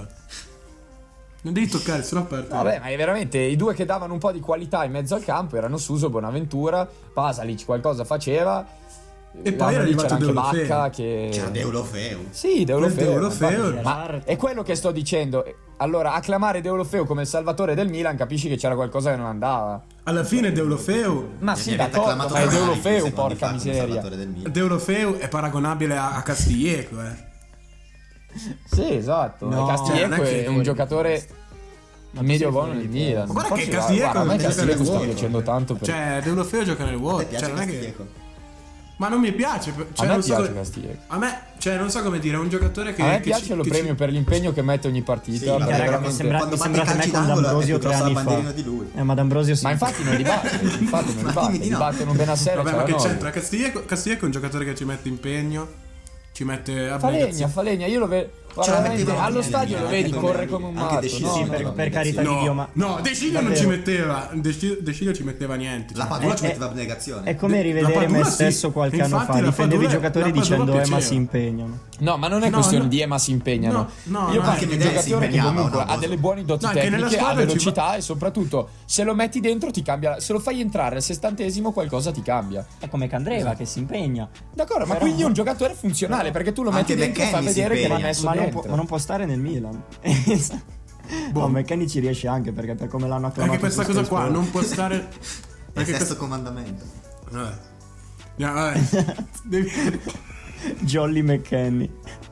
Non devi toccare il sulla parte. Vabbè, ma è veramente i due che davano un po' di qualità in mezzo al campo erano Suso, Bonaventura, Pasalic qualcosa faceva. E poi era arrivato anche Deulofeu. Bacca che... C'era Deulofeu. Sì, Deulofeu. Deulofeu. infatti, ma è quello che sto dicendo. Allora, acclamare Deulofeu come il salvatore del Milan, capisci che c'era qualcosa che non andava. Alla fine Deulofeu Ma sì, Mi avete d'accordo, acclamato ma è Ronaldo Deulofeu, 2 secondi porca fa come miseria. salvatore del Milan. Deulofeu è paragonabile a Castillejo, Sì, esatto. No, Castillejo non è che è un voi- giocatore medio buono del Milan. Ma guarda che Infatti, Castillejo guarda, a me gioca nel Castillejo sta vuoto. piacendo tanto per... Cioè, Deulofeu gioca nel A te vuoto. piace Cioè, non è che... Castillejo? Ma non mi piace. Cioè, a me non so piace come- Castillejo. A me, cioè, non so come dire, è un giocatore che... A me che piace ci- lo che premio ci- per l'impegno che mette ogni partita. Sì, perché raga, mi veramente- sembra- Quando mi batte sembrate calci me con d'angolo è D'Ambrosio più 3 grosso anni al fa. bandierino di lui. Ma D'Ambrosio sì. Ma infatti non li batte, infatti non li Ma batte, dimmi di li no. battono Benasser e Vabbè, ma che Cialanoglu. c'entra? Castillejo è un giocatore che ci mette impegno, ci mette Falegna, io lo vedo. Guarda, veramente, metteva allo anche stadio lo anche vedi, come- corre come un anche matto. De Sciglio No, Sì, si no, metteva no. per carità di No, Dio, ma no, De Sciglio non davvero. ci metteva. De Sciglio ci metteva niente. La cioè. Padula ci metteva abnegazione. è come La rivedere Padula me sì. stesso qualche anno Infatti fa. la Difendevo i Padula- giocatori la Padula dicendo ma piaceva. si impegnano. No, ma non è No, questione no. di ma si impegnano. No, Io no, parlo anche di un Medel si giocatore che impegnava, comunque no, ha delle buone doti No, che nella tecniche, ha squadra ci velocità e soprattutto se lo metti dentro ti cambia. Se lo fai entrare al 60esimo qualcosa ti cambia. È come Candreva che si impegna. D'accordo, ma Però- quindi è un giocatore funzionale perché tu lo metti Anche dentro e fa McKennie si vedere che va impegna. messo Ma non, dentro. ma non può stare nel Milan. No, McKennie ci riesce anche perché per come l'hanno acclamato. Anche questa su cosa Sky qua Sport. non può stare. È il Anche sesto questa- comandamento. Vabbè. Vabbè. Devi- Jolly McKennie.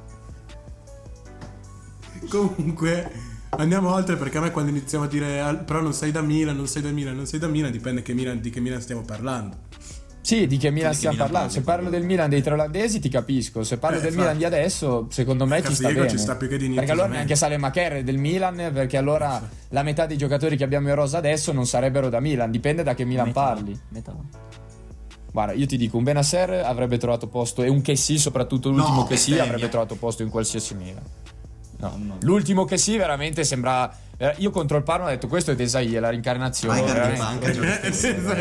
Comunque andiamo oltre perché a me quando iniziamo a dire però non sei da Milan, non sei da Milan, non sei da Milan, dipende di che Milan stiamo parlando. Sì, di che Milan Di che stiamo Milan parlando. Se parlo del Milan dei tre olandesi ti capisco. Se parlo del infatti. Milan di adesso, secondo me ci Cazzo, sta Diego bene. ci sta più che di perché allora niente, neanche Sale Macher è del Milan, perché allora la metà dei giocatori che abbiamo in rosa adesso non sarebbero da Milan, dipende da che Milan parli. Metà. Guarda, io ti dico, un Benasser avrebbe trovato posto, e un Kessi, soprattutto l'ultimo No, Kessi, bestemmia. avrebbe trovato posto in qualsiasi Milan. No. L'ultimo Kessi veramente sembra. Io contro il Parma ho detto questo è Desailly, è la rincarnazione. Vai veramente. Cardi Banca,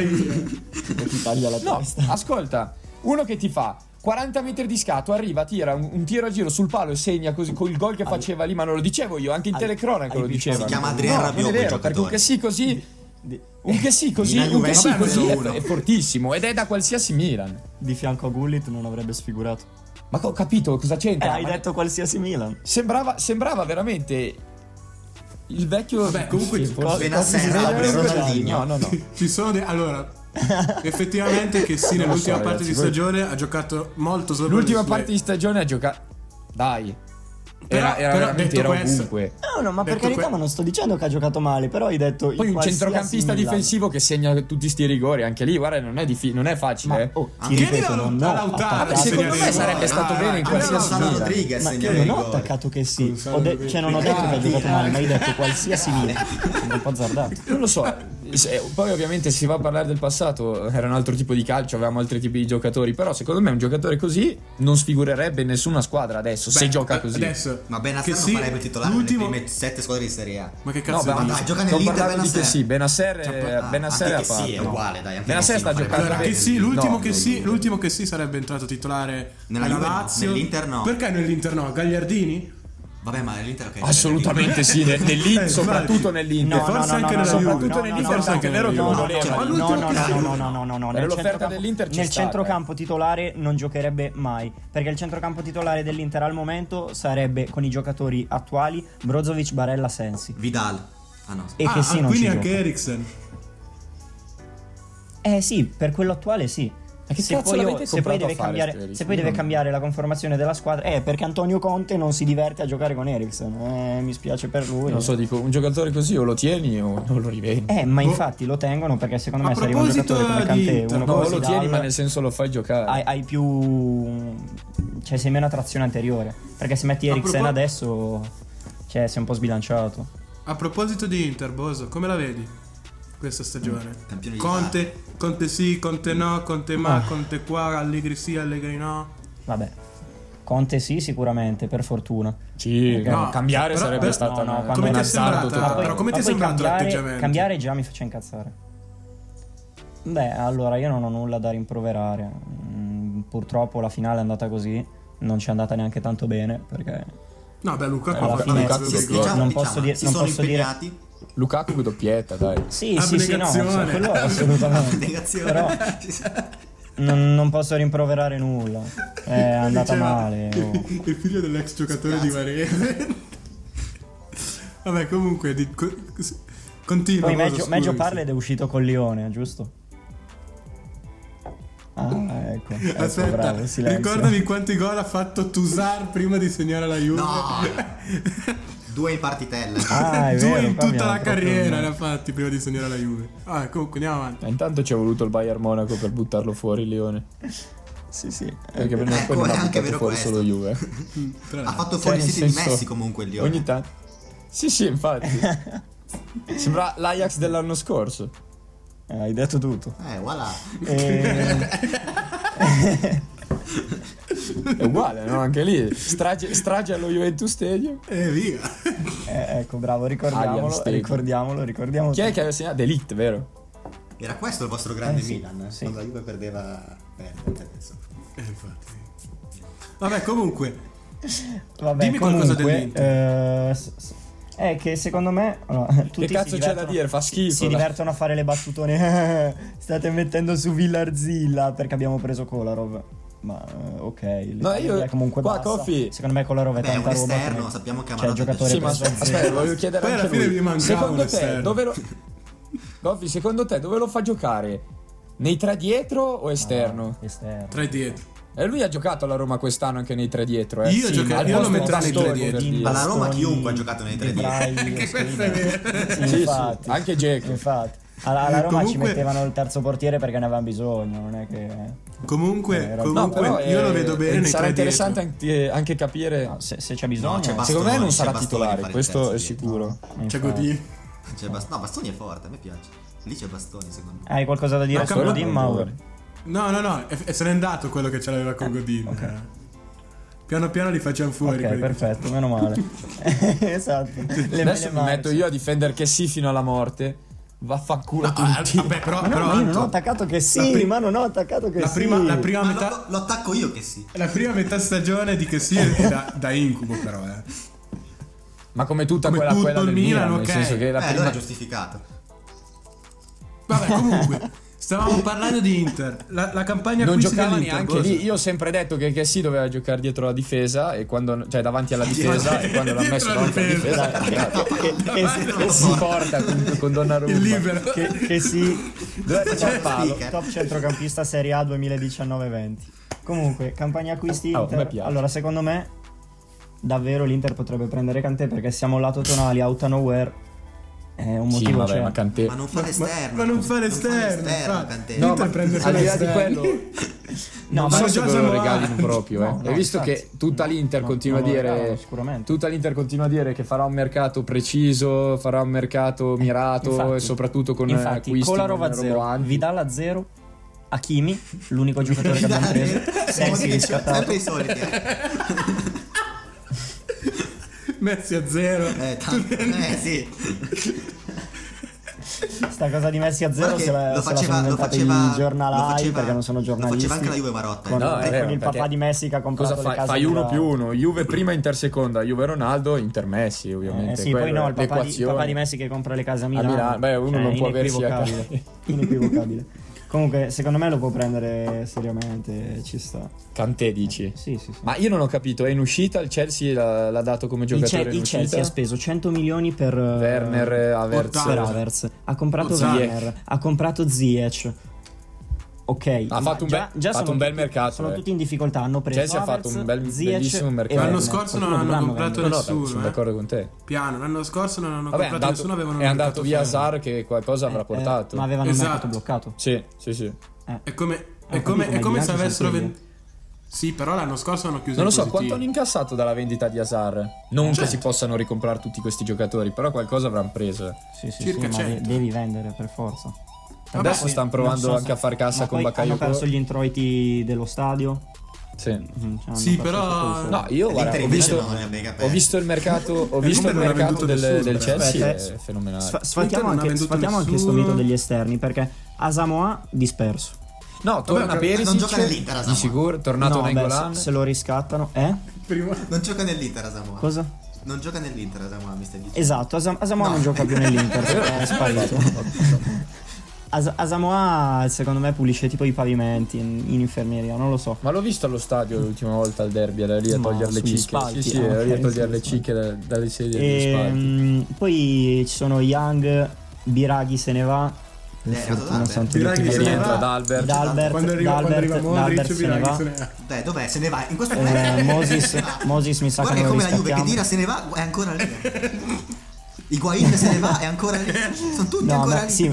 Ti taglia la No, testa. ascolta, uno che ti fa 40 metri di scatto, arriva, tira un tiro a giro sul palo e segna così con il gol che faceva lì, ma non lo dicevo io, anche in telecronaca lo diceva. Si chiama Adrien No, Rabiot non è quel vero, perché un giocatore. Kessi così. Un Kessi così, Milan un Kessi Juventus così 0-1. è fortissimo ed è da qualsiasi Milan. Di fianco a Gullit non avrebbe sfigurato. Ma ho capito cosa c'entra? Hai ma detto qualsiasi Milan. sembrava veramente il vecchio. Vabbè, comunque Sì, forse- Benasser, Abre, Ronaldinho. No. Ci sono allora effettivamente che sì, Non lo nell'ultima so, parte ragazzi, di stagione ha giocato molto sopra L'ultima le sue- parte di stagione ha giocato. Dai. Però Veramente detto era questo- ovunque. No, ma per Detto carità, ma non sto dicendo che ha giocato male, però hai detto Poi un qualsiasi centrocampista Milan. difensivo che segna tutti sti rigori, anche lì, guarda, non è facile. Ma eh. oh, Anche ti Chiedi ripeto, da non ho Lautaro, attaccato. se secondo segna me dei sarebbe rigori. stato bene in Anche qualsiasi Gonzalo Milan. Rodriguez Ma segna io i non ho rigori. attaccato che sì. Cioè non ho detto che ha giocato male, ma hai detto qualsiasi Milan. Sono un po' azzardato. Non lo so. Poi ovviamente si va a parlare del passato, era un altro tipo di calcio, avevamo altri tipi di giocatori, però secondo me un giocatore così non sfigurerebbe nessuna squadra adesso, se Beh, gioca così. Adesso Ma Benasser che non sì, farebbe titolare l'ultimo- nelle prime 7 squadre di Serie A. Ma che No, cazzo beh, dici? dai, gioca sto nell'Inter parlando di Benasser. che sì, Benasser anche a che sì, è parte. uguale, dai, anche Benasser che sta sì, farebbe. giocando Allora, che bene. sì, l'ultimo No, che sì, l'ultimo che sì sarebbe entrato titolare Nella nella Juve no, Lazio. nell'Inter no. Perché nell'Inter no? Gagliardini? Vabbè, ma l'Inter ok. Assolutamente sì, nell'Inter, soprattutto nell'Inter. Forse anche nella soprattutto Juve. nell'Inter, forse anche è vero che nella lo Juve. voleva. Ma lì. l'ultimo che sì. No. Era l'offerta dell'Inter, ci Nel sta, centrocampo titolare non giocherebbe mai, perché il centrocampo titolare dell'Inter al momento sarebbe con i giocatori attuali Brozovic, Barella, Sensi. Vidal. Ah no. E che sì, non quindi ci anche gioca. Eriksen. Sì, per quello attuale sì. Ma che se cazzo poi, l'avete se poi comprato deve a fare, cambiare, sto Eriksen? se poi deve cambiare la conformazione della squadra, perché Antonio Conte non si diverte a giocare con Eriksen. Mi spiace per lui. Non so, dico, un giocatore così o lo tieni o non lo rivendi. Ma infatti lo tengono perché secondo me A se arriva un proposito giocatore come Kanté, di Inter, uno No, come lo tieni, Zidane, ma nel senso lo fai giocare. hai più, cioè sei meno a trazione anteriore, perché se metti Eriksen adesso, cioè sei un po' sbilanciato. A proposito di Inter, Boso, come la vedi questa stagione? Campione di Conte sì, Conte no, Conte ma, Ah. Conte qua, Allegri sì, Allegri no. Vabbè, Conte sì sicuramente, per fortuna. Sì, No, cambiare però- sarebbe però- stata no, una, quando- un Come ti è azzardo sembrata? totale. Però come ti è Ma poi sembrato cambiare, l'atteggiamento? cambiare già mi faccia incazzare. Beh, allora io non ho nulla da rimproverare. Purtroppo la finale è andata così, non ci è andata neanche tanto bene perché No, beh, Lukaku Alla ha fatto fine- un sì, bel sì, gol. non posso dire- si non sono posso dire- impegnati. Lukaku doppietta, dai. sì, no, Abnegazione. quello assolutamente. Abnegazione. Però non posso rimproverare nulla. È andata Diceva male. oh. Il figlio dell'ex giocatore di Varese. Vabbè, comunque continua. Poi Boso, Meggio scusi. parla ed è uscito con Lione, giusto? Ah, ecco. Aspetta, bravo, silenzio. ricordami quanti gol ha fatto Tusar prima di segnare la Juve. No. 2 in partitella. Ah, è Due vero, in qua tutta abbiamo la proprio carriera un- ne ha fatti prima di segnare la Juve. Comunque andiamo avanti. Intanto ci è voluto il Bayern Monaco per buttarlo fuori il Lione. Sì. Perché poi Ecco, non è ha anche buttato vero fuori questo. solo Juve. Tra Ha l'altro. fatto fuori Cioè, i siti nel di senso, Messi comunque il Lione. Ogni tanto. Sì, infatti. Sembra l'Ajax dell'anno scorso. Hai detto tutto. Voilà. È uguale, no? Anche lì strage allo Juventus Stadium. E via. Ecco, bravo, Allianz Stadium. ricordiamo. Chi è che aveva segnato? D'Elite, vero? Era questo il vostro grande sì, Milan, sì. quando la Juve perde adesso. Infatti. Vabbè, comunque. Vabbè, Dimmi qualcosa comunque, è che secondo me tutti Che cazzo si c'è da dire? Fa schifo. si divertono a fare le battutone. State mettendo su Villarzilla perché abbiamo preso Kolarov. Ma ok, No, io comunque qua basta. Coffee. Secondo me Kolarov è Beh, è un tanta roba. esterno, come- sappiamo che ha cioè, il mandato giocatore Sì, ma preso a aspetta, zero. voglio chiedere Poi anche alla fine lui. mi mancava Secondo un te, esterno. dove lo... Goffi, secondo te dove lo fa giocare? Nei tre dietro o esterno? Esterno. Tre dietro. E lui ha giocato alla Roma quest'anno anche nei tre dietro, eh? Io Sì, giocherei- al io lo posto di metterei nei tre Bastoni, dietro. per dire. Alla Roma chiunque ha giocato nei tre dietro. Anche questo è vero. Sì, Sì, infatti. sì, anche Dzeko. Infatti. Alla Roma ci Comunque- mettevano il terzo portiere perché ne avevano bisogno, non è che... Comunque, era- No, comunque però io lo vedo bene nei sarà tre interessante dietro. anche capire. No, se c'è bisogno... No, c'è Bastoni, Secondo me non c'è sarà Bastoni titolare, a fare il questo terzo è dietro. sicuro. C'è infatti. Godin. No, Bastoni è forte, a me piace. Lì c'è Bastoni, secondo me. Hai qualcosa da dire No, su Campana- Godin, Mauro? No, se n'è andato quello che ce l'aveva con Godin. Piano piano li facciamo fuori. Ok, quelli. perfetto, meno male. Esatto. Adesso mi metto io a difendere che sì fino alla morte. Vaffanculo No, tutti. vabbè, però, Ma no, però ma io non Anto, ho attaccato che La sì, pri- ma non ho attaccato che la sì. prima Ma metà. lo attacco io che sì. La prima metà stagione di che sì è da incubo, però, Ma come tutta Come quella tutto del il Milan, Milan, ok. nel senso che la Allora prima è giustificato. Vabbè, comunque, stavamo parlando di Inter. La campagna non acquisti giocava dell'Inter, neanche Bosa. lì. Io ho sempre detto che sì doveva giocare dietro la difesa e quando, cioè davanti alla difesa e quando l'ha messo Dietro la davanti alla difesa Che si porta con Donnarumma. Il libero. che sì. C'è palo. Top centrocampista Serie A 2019-20. Comunque, campagna acquisti Oh, Inter. mi piace. Allora, secondo me davvero l'Inter potrebbe prendere Kanté perché siamo lato tonali, out of nowhere. È un Sì, motivo vabbè, c'è. ma Kanté. Ma non fa l'esterno. Ma non fa l'esterno, infatti. Kanté. No, Inter ma prende al solo di là di esterni. quello No, non ma so già se ve lo siamo regalino avanti. proprio, No, Hai visto infatti. che tutta l'Inter continua a non lo dire regalano, sicuramente. tutta l'Inter continua a dire che farà un mercato preciso, farà un mercato mirato Infatti. e soprattutto con Infatti, acquisti Kolarov a non 0, roboanti. Vidal a 0, Hakimi, l'unico giocatore che abbiamo preso, Sensi riscattato. Sempre i soliti. Messi a zero. Sì. Sta cosa di Messi a 0 Guarda se la, che se la sono inventati i giornalai perché non sono Lo giornalisti. faceva anche la Juve Marotta. Con, No, è vero, con il papà perché di Messi che ha comprato Cosa le fai? case Fai di 1+1, Juve prima, Inter seconda, Juve Ronaldo, Inter Messi ovviamente. sì, poi Quello no, è il papà l'equazione. di Messi che compra le case a A Milano. Milano, beh, uno non può aversi inequivocabile. Inequivocabile. Comunque, secondo me lo può prendere seriamente, ci sta. Kanté dici? Sì, sì, sì. Ma io non ho capito, è in uscita, il Chelsea l'ha dato come giocatore in Il Chelsea uscita? ha speso 100 milioni per Werner, Havertz. per Havertz. Ha comprato Ziyech. Werner, ha comprato Ziyech. Ok, Ha fatto un sono un bel tutti- mercato, Sono eh. tutti in difficoltà. Hanno preso Chelsea ha fatto Havertz, un Ziyech bellissimo e mercato. L'anno Werner. scorso non Qualcuno hanno dovranno comprato vendere. No, nessuno. sono d'accordo con te. Piano, l'anno scorso non hanno Vabbè, è comprato nessuno, avevano un andato mercato via fermo. Hazard che qualcosa avrà portato. Ma avevano Esatto. un mercato bloccato. Sì, sì, sì. È come, Ho è come, capito, è come ma i se bilanci avessero sono venduto. Sì, però l'anno scorso hanno chiuso Non lo in so, positivo. quanto hanno incassato dalla vendita di Hazard? Non che Certo. si possano ricomprare tutti questi giocatori, però qualcosa avranno preso. Sì, sì, Circa sì, ma 100. devi vendere per forza. Adesso Poi stanno non provando so anche se- a far cassa ma con poi Bakayoko. hanno perso gli introiti dello stadio. Sì. Hanno Sì, perso però- tutto il soldo. No, io guarda, L'Inter ho invece visto, non ne ha mica ho perso. visto il mercato, ho visto L'Inter il non ha mercato venduto del nessuno, Chelsea, Aspetta, è fenomenale. Sfatiamo Inter non ha anche, venduto sfatiamo anche sto nessuno. mito degli esterni perché Asamoah disperso. No, torna Vabbè, Perisic, non gioca nell'Inter, di Asamoah. sicuro, tornato No, beh, Nainggolan. se lo riscattano. Prima. Non gioca nell'Inter Asamoah. Cosa? Non gioca nell'Inter Asamoah, mi stai dicendo. Esatto, Asamoah non gioca più nell'Inter, è sparito. Asamoah secondo me pulisce tipo i pavimenti in infermeria, non lo so. Ma l'ho visto allo stadio l'ultima volta al derby, era lì a Ma togliere le sugli cicche. spalti, Sì, sì, ah, era lì a ok, togliere sugli le spalti. cicche dalle sedie degli spalti. Poi ci sono Young, Biraghi se ne va. Per È arrivato fortuna D'Albert. sono tutti Biraghi Che se ne rientra va. D'Albert. D'Albert, Quando arriva D'Albert Modric, se ne Biraghi va. se ne va. Dai, dov'è? Se ne va. In questo momento. Moses mi sa Guarda che che non lo come la Juve che riscattiamo. tira se ne va è ancora lì. Higuain se ne va è ancora lì. Sono tutti No, ancora ma lì.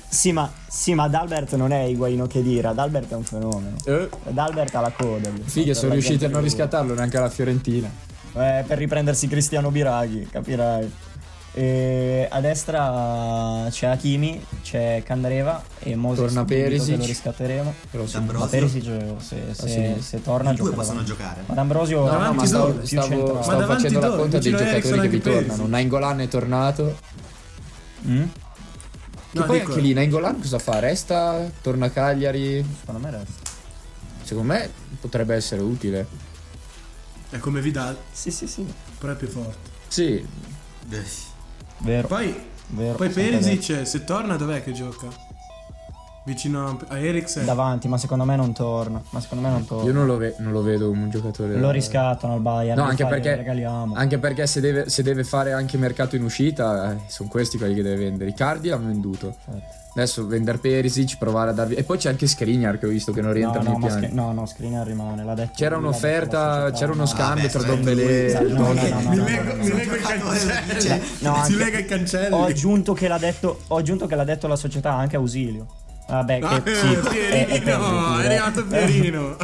sì, ma D'Albert non è Higuaino che dira, D'Albert è un fenomeno. D'Albert ha la coda. Fighe, sono Per la riusciti a gente non che- riscattarlo neanche alla Fiorentina. per riprendersi Cristiano Biraghi, capirai. E a destra c'è Hakimi, c'è Kandreva e Moses. Torna Perisic, che lo riscatteremo. Però sì. D'Ambrosio. Ma Perisic se torna I due gioca possono davanti. giocare. Ma D'Ambrosio No, Davanti ma dove? più stavo centrale. Ma davanti facendo la dove? conta dei Vicino a giocatori Eriksen che anche vi tornano. Perisic. Nainggolan è tornato. Mm? Che No, poi dico- anche lì Nainggolan cosa fa? Resta? Torna a Cagliari? Secondo me resta. Secondo me potrebbe essere utile. È come Vidal, Sì. però è più forte. Sì, Vero. Poi sempre Perisic, se torna, dov'è che gioca? Vicino a Eriksen. davanti, ma secondo me non torna. io non lo vedo un giocatore. Lo riscattano al Bayern. No, lo anche fai, perché, regaliamo. anche perché se deve fare anche mercato in uscita, sono questi quelli che deve vendere. Icardi l'hanno venduto. Infatti. Adesso vendere Perisic, provare a darvi. E poi c'è anche Skriniar che ho visto che non rientra nei piani. No, Skriniar rimane. L'ha detto, C'era lui, l'ha detto un'offerta, la società. c'era uno scambio tra vabbè, Dombele. lui- No. Mi leggo i cancelli. No, Si anche- lega i cancelli. Ho aggiunto che l'ha detto la società anche Ausilio. Vabbè, che sì, Pierino, è arrivato Pierino.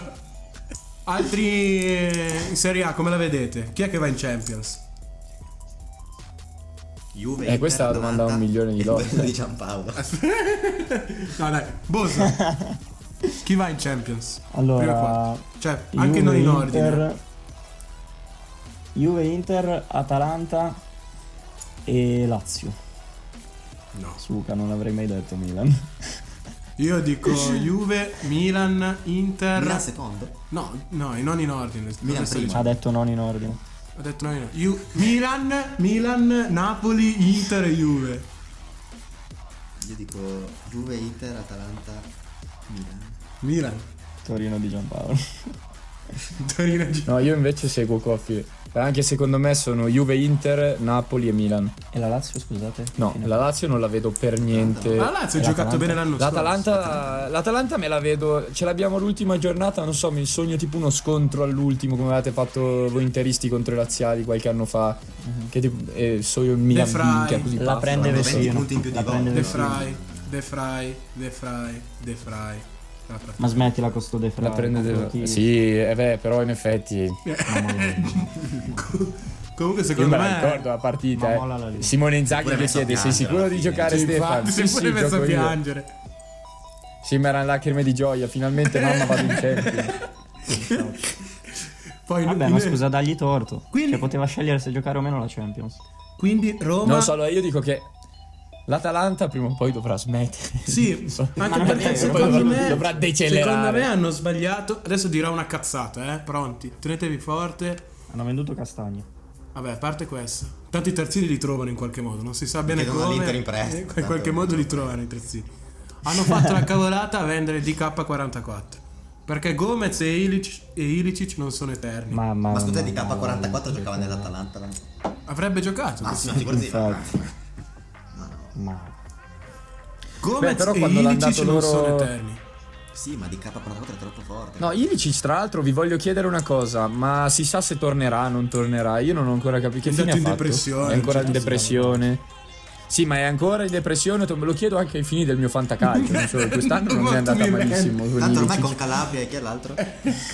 Altri in Serie A come la vedete? Chi è che va in Champions? Juve, Questa è la domanda da $1 milione di dollari. Quello di Giampaolo. No dai, Bosa. Chi va in Champions? Prima Allora, quattro. Cioè, anche non in ordine. Juve, Inter, Atalanta e Lazio. No. Suca, non l'avrei mai detto Milan. Io dico Juve, Milan, Inter. Milan secondo? No, non in ordine. Milan Questo primo. dice- Ha detto non in ordine. Ho detto no, no. Milan, Napoli, Inter e Juve. Io dico Juve, Inter, Atalanta, Milan. Milan. Torino di Giampaolo. Torino. No, io invece seguo Coffi. Anche secondo me sono Juve, Inter, Napoli e Milan. E la Lazio, scusate? No, la Lazio non la vedo per niente. Ma la Lazio ha giocato bene l'anno scorso. L'Atalanta me la vedo. Ce l'abbiamo l'ultima giornata. Non so, mi sogno tipo uno scontro all'ultimo, come avete fatto voi interisti contro i laziali qualche anno fa. Che tipo. So io il Milan De Vrij. vinca così. La pazzo. prende Fanno 20 Vecino. punti in più di La gol. prende De Vecino. Frey. Ma smettila con sto De Vrij. La prende complottista. Sì, però in effetti. Comunque Io secondo me la me ricordo la partita. Ma mollala lì. Simone Inzaghi Pure che messo a chiede: sei piangere sicuro alla di fine. giocare, Sì, Stefano? infatti, Sì, si è pure messo a gioco io. piangere. Sì, ma erano lacrime di gioia. Finalmente mamma vado in Champions. Poi Vabbè, ma scusa, dagli torto. Quindi- Cioè, poteva scegliere se giocare o meno la Champions. Quindi Roma. Non so, allora io dico che l'Atalanta prima o poi dovrà smettere. Sì, anche non è perché vero. secondo me Dovrà decelerare. Secondo me hanno sbagliato. Adesso dirò una cazzata, pronti. Tenetevi forte. Hanno venduto Castagna. Vabbè, a parte questo. Tanto i terzini li trovano in qualche modo, non si sa bene Chiedono come. all'Inter in prestito, In tanto- qualche modo li trovano i terzini. Hanno fatto la cavolata a vendere DK44. Perché Gomez e Ilicic non sono eterni. Ma scusate, di K44 giocava nell'Atalanta. Avrebbe giocato. Ah, sì, figurati. Infatti. Ma no. Ma Gomez però e quando l'hanno Ilicic dato non loro- sono eterni. Sì, ma di K44 è troppo forte. No, Ilicic tra l'altro vi voglio chiedere una cosa, ma si sa se tornerà, non tornerà? Io non ho ancora capito che È fine ha andato in fatto. depressione, È ancora non in c'è depressione. Sì, ma è ancora in depressione, me lo chiedo anche ai fini del mio fantacalcio, non solo quest'anno non mi è andata malissimo con Tanto ormai Ilicic. con Calabria e chi è l'altro? No,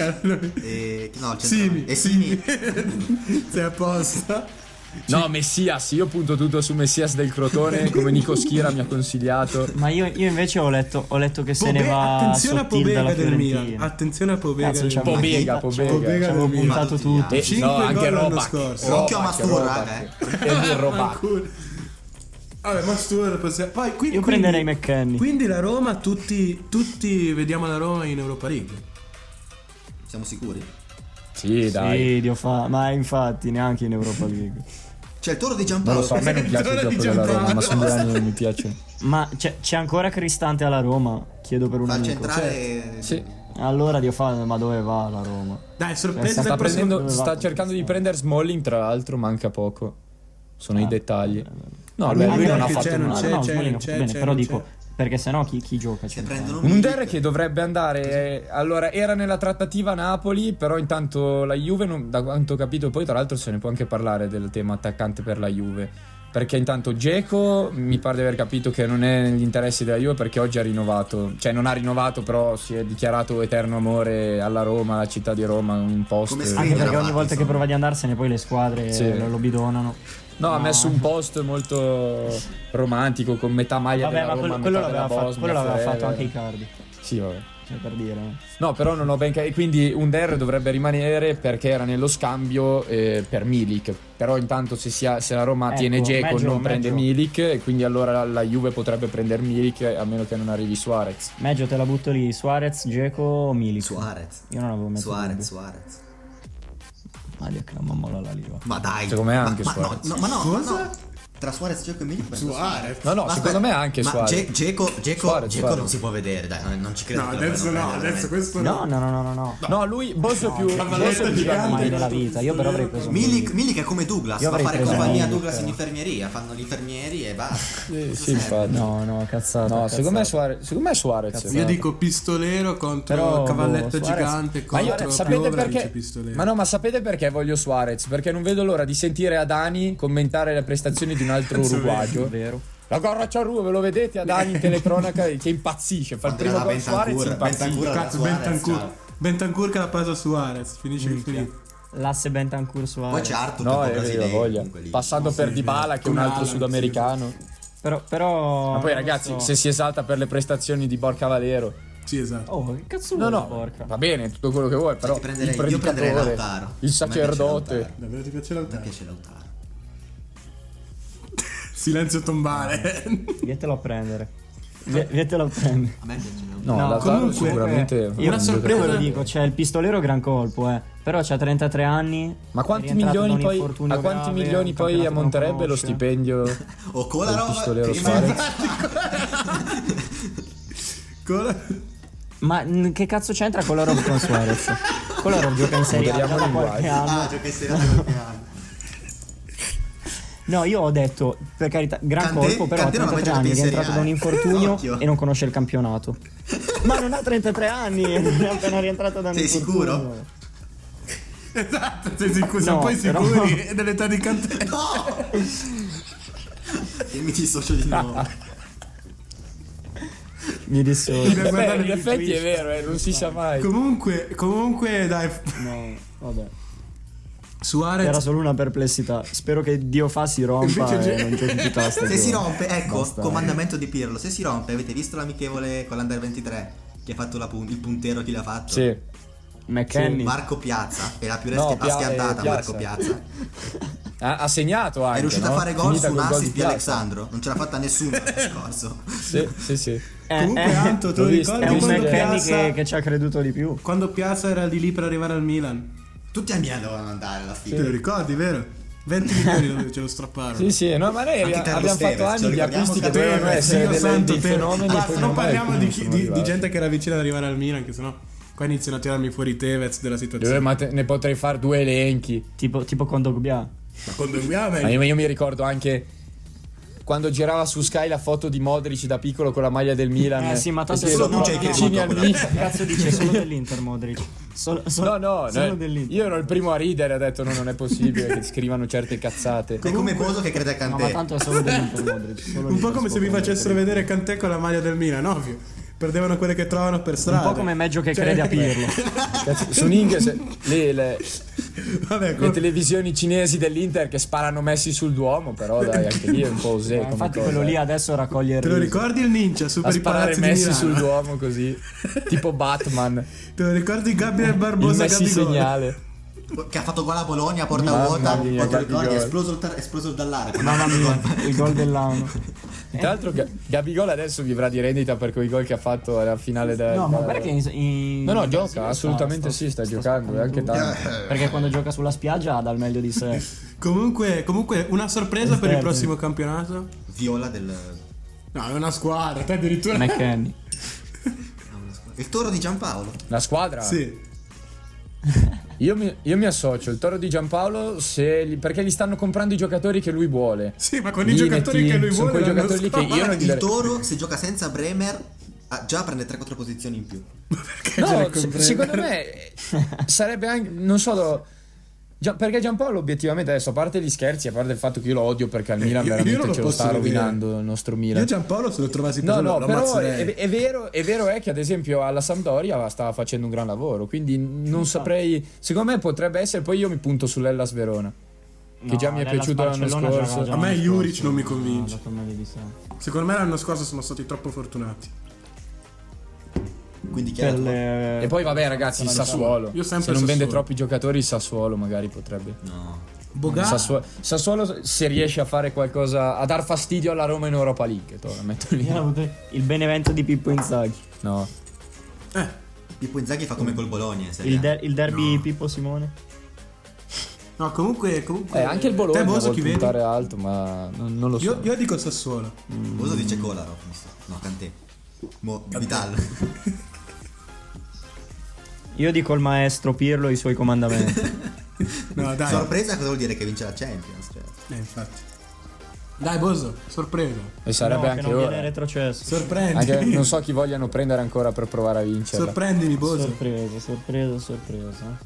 il centrale. Simi. E Simi. Sei apposta. No, Messias, io punto tutto su Messias del Crotone, come Nico Schira mi ha consigliato. Ma io invece ho letto che se ne va attenzione a Sottil dalla Pobega del Milan. Fiorentina. Attenzione a Pobega Cazzo, del c'è Milan. Pobega, Pobega Pobega. Ci avevo del puntato Milan. tutti. E, Cinque no, anche gol l'anno Robac. scorso. Occhio a Masturra, E il Robac. Vabbè, Mastura possiamo. Poi, Io prenderei McKennie. Quindi la Roma, tutti vediamo la Roma in Europa League. Siamo sicuri? Sì, dai. Sì, Dio fa. Ma infatti neanche in Europa League. C'è il toro di Non Giampaolo. lo so, a me non piace il gioco della Roma, ma sono 2 anni che non mi piace. Ma c'è ancora Cristante alla Roma? Chiedo per un Fa il amico. centrale. Sì. Allora Dio fa, ma dove va la Roma? Dai, sorpresa del prossimo. Sta cercando di prendere Smalling, tra l'altro, manca poco. Sono i dettagli. No, Vabbè, beh, lui non ha che fatto c'è, non male. c'è. No, Smalling ha fatto bene, però non dico, c'è. perché sennò chi gioca? Se prendono Un Under che dovrebbe andare. Allora, era nella trattativa a Napoli, però intanto la Juve, da quanto ho capito, poi tra l'altro se ne può anche parlare del tema attaccante per la Juve. Perché intanto Dzeko mi pare di aver capito che non è negli interessi della Juve perché oggi ha rinnovato. Cioè non ha rinnovato, però si è dichiarato eterno amore alla Roma, alla città di Roma, un post. Come Anche Skriniar perché ogni avanti, volta che insomma. prova di andarsene poi le squadre Sì. lo bidonano. No, ha messo un post molto romantico con metà maglia Vabbè, della ma Roma, quello metà della l'aveva Bosnia, fatto forever. anche Icardi, Sì, vabbè. cioè, per dire. No, però non ho ben capito. Quindi Under dovrebbe rimanere perché era nello scambio per Milik. Però intanto se la Roma Ecco, tiene Dzeko Meggio- non prende Meggio. Milik, e quindi allora la Juve potrebbe prendere Milik a meno che non arrivi Suarez. Meglio te la butto lì, Suarez, Dzeko o Milik? Suarez. Io non avevo messo Suarez. Ma Dio, che la mammola la lì. Ma dai. Secondo me anche ma Suarez. No, ma no. Tra Suarez, Dzeko e Milik. Suarez. No, Ma secondo aspetta, me anche ma Suarez. Dzeko Suarez. non si può vedere, dai, non ci credo. No, che lo adesso vogliono no, prendere, adesso veramente. questo no. No. No, lui Bosso più Cavalletto Bosso più gigante. Mai nella vita, io però avrei preso Milik è come Douglas, Io va a avrei fare preso compagnia a Milik, Douglas in però. infermieria, fanno gli infermieri e basta. Sì, infatti. No, cazzata. No, secondo me Suarez. Io dico pistolero contro Però, cavalletto Suarez- gigante Ma io contro sapete Pjolovic perché? pistolero. Ma sapete perché voglio Suarez? Perché non vedo l'ora di sentire Adani commentare le prestazioni di un altro uruguagio. Vero. La Garracciarù, ve lo vedete Adani in telecronaca che impazzisce, fa il primo gol Suarez impazzisce. Cazzo, Bentancur che l'ha preso Suarez, finisce finito. L'asse Bentancur Suarez. Poi c'è Arthur No, che è un è brasiliano, voglia. comunque lì. Passando per Dybala che è un Come altro Alan, sudamericano. Però Ma poi non ragazzi, so. se si esalta per le prestazioni di Borca Valero. Sì, esatto. Oh, che cazzo No, vuoi, no, porca? va bene, tutto quello che vuoi, però Io prenderei il predicatore, Lautaro. il A me piace sacerdote. Lautaro. Davvero ti piace Mi Lautaro? piace Lautaro. Silenzio tombale. Vietelo a prendere. Vietelo a prendere. A me piace Lautaro. No, No, Lautaro comunque, sicuramente Io un una sorpresa- io ve giocatore. lo dico, c'è il pistolero gran colpo, però c'ha 33 anni. Ma quanti è rientrato milioni da un poi infortunio a quanti grave, milioni un poi campionato che non ammonterebbe lo conosce. stipendio O del Kolarov pistolero che Suarez? Ma che cazzo c'entra Kolarov con Suarez? Kolarov gioca in Serie A già da Moderiamo il qualche linguaggio. anno. Ah, gioca in Serie A da qualche anno. No, io ho detto, per carità, gran Kanté- colpo, però a Kanté non ha mai 33 anni è giocato in rientrato da un Serie A, infortunio Occhio. e non conosce il campionato. Ma non ha 33 anni, è appena rientrato da un Sei infortunio. sicuro? Esatto, sei sicuro, siamo No, poi però- sicuri dell'età di Kanté. No! Io mi dissocio di nuovo. Mi dissocio. Beh, in effetti è vero, non si sa mai. Comunque, dai, No, vabbè. Suarez. Era solo una perplessità. Spero che Dio fa si rompa Invece e non giochi tutta la stagione. Se si rompe, ecco, Basta. comandamento di Pirlo, se si rompe, avete visto l'amichevole con l'Under 23? Che ha fatto il puntero, chi l'ha fatto? Sì. McKennie. Marco Piazza, è la più No, schiantata Piazza. Marco Piazza. Ha segnato anche, È riuscito no? a fare gol Finita su un col gol assist di Piazza. Alexandro, non ce l'ha fatta nessuno l'anno scorso. Sì. Comunque, Anto, te lo l'ho visto, ricordi È un quando McKennie Piazza, che ci ha creduto di più. quando Piazza era di lì per arrivare al Milan? Tutti a Milan dovevano andare alla Te fine. lo ricordi, vero? 20 milioni ce lo strapparono. Sì, no, ma noi Anche abbiamo Carlo fatto Tevez, ce anni lo di ricordiamo acquisti che Carlo dovevano Tevez, essere Dio santo, dei fenomeni. Basta, e poi non mai parliamo alcuni di, sono di arrivati. gente che era vicina ad arrivare al Milan, che sennò qua iniziano a tirarmi fuori Tevez della situazione. Ma ne potrei fare due elenchi. Tipo con Dogbia. Ma quando dobbiamo Ma io mi ricordo anche quando girava su Sky la foto di Modric da piccolo con la maglia del Milan. Sì, ma tanto E solo che tu c'hai vicini creduto, al però. Milan. Cazzo dice solo dell'Inter Modric. No, solo dell'Inter. io ero il primo a ridere, ho detto no, non è possibile che scrivano certe cazzate. È come Boso che crede a No, ma Kanté. tanto è solo dell'Inter Modric. Solo Un po' l'Inter come si se può mi prendere facessero per vedere Kanté con la maglia del Milan, ovvio. Perdevano quelle che trovano per il- strada. Un po' come Meggio che crede a Pirlo. Cazzo, su Ning le Vabbè, televisioni cinesi dell'Inter che sparano Messi sul Duomo, però dai, anche lì è un po' osè come Infatti cosa. quello lì adesso raccoglie il te lo riso. ricordi il Ninja su A per i sparare palazzi di Messi Milano? sul Duomo così, tipo Batman, Te lo ricordi Gabriel il Barbosa Messi Gabigol? segnale. Che ha fatto gol a Bologna a porta Mamma vuota. mia, Quando ricordi, è Gabigol. esploso il dall'area. Mamma mia, il gol dell'anno. Tra l'altro Gabigol adesso vivrà di rendita per quei gol che ha fatto alla finale della... No, ma perché No, gioca, assolutamente sì, sta giocando, e anche tanto. Perché quando gioca sulla spiaggia dà il meglio di sé. Comunque, una sorpresa per il prossimo campionato? Viola del. No, è una squadra, te addirittura. McKennie. Il toro di Giampaolo. La squadra? Sì. Io mi associo, il Toro di Giampaolo, perché gli stanno comprando i giocatori che lui vuole. Sì, ma con i Linetti, giocatori che lui sono vuole. quei l'anno giocatori lì che scorso. io non Il direi... toro, se gioca senza Bremer, già prende 3-4 posizioni in più. Perché ce No, l'hai con secondo Bremer? me sarebbe anche, non so, perché Giampaolo obiettivamente adesso, a parte gli scherzi, a parte il fatto che io lo odio perché al Milan io non veramente lo ce lo posso sta vedere. rovinando il nostro Milan. Io Giampaolo se lo trovassi per No, lo però ammazzerei. è vero è che ad esempio alla Sampdoria stava facendo un gran lavoro, quindi non saprei, secondo me potrebbe essere, poi io mi punto sull'Hellas Verona. che già mi è nella piaciuto l'anno Barcellona scorso. giocava già A me l'anno Juric scorso, non mi ha convince. dato meglio di sé. Secondo me l'anno scorso sono stati troppo fortunati. Quindi chi è la Per tua? le- E poi vabbè ragazzi, il Sassuolo. Io sempre Se non vende Sassuolo. troppi giocatori, il Sassuolo magari potrebbe. No. Boga? Sassuolo se riesce a fare qualcosa, a dar fastidio alla Roma in Europa League, la metto lì. Il Benevento di Pippo Inzaghi. No. Pippo Inzaghi fa come col Bologna in Serie A. Il derby Pippo Simone. No, comunque Anche il Bologna te, Boso, vuol chi vedi? puntare alto, ma non lo so. Io dico Sassuolo. Boso dice Kolarov. No, Kanté. Vidal. Io dico il maestro Pirlo e i suoi comandamenti. No, dai. Sorpresa cosa vuol dire che vince la Champions? Cioè. Infatti. Dai, Boso, sorpresa. E sarebbe No, anche che non viene ora. retrocesso. Sorprendimi. Anche non so chi vogliano prendere ancora per provare a vincerla. Sorprendimi, Boso. Sorpresa.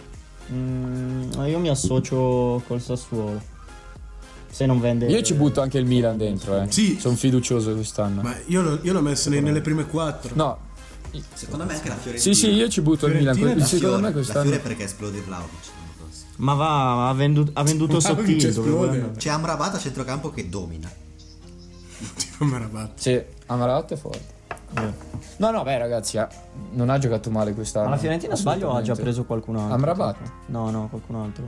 Io mi associo col Sassuolo. Se non vende. Io ci butto anche il Milan dentro, Sì. Sono fiducioso quest'anno. Ma io l'ho messo nelle prime 4. No. Secondo me anche la Fiorentina. Sì, io ci butto il Milan. Fiorentina, Secondo me La quest'anno. Fiore perché esplode Vlahovic. Ma ha venduto sottile. esplode. C'è Amrabat a centrocampo che domina. Non me la batto. Sì, Amrabat è forte. No, beh ragazzi, non ha giocato male quest'anno. Ma la Fiorentina sbaglio ha già assolutamente. preso qualcun altro. Amrabat? No, qualcun altro.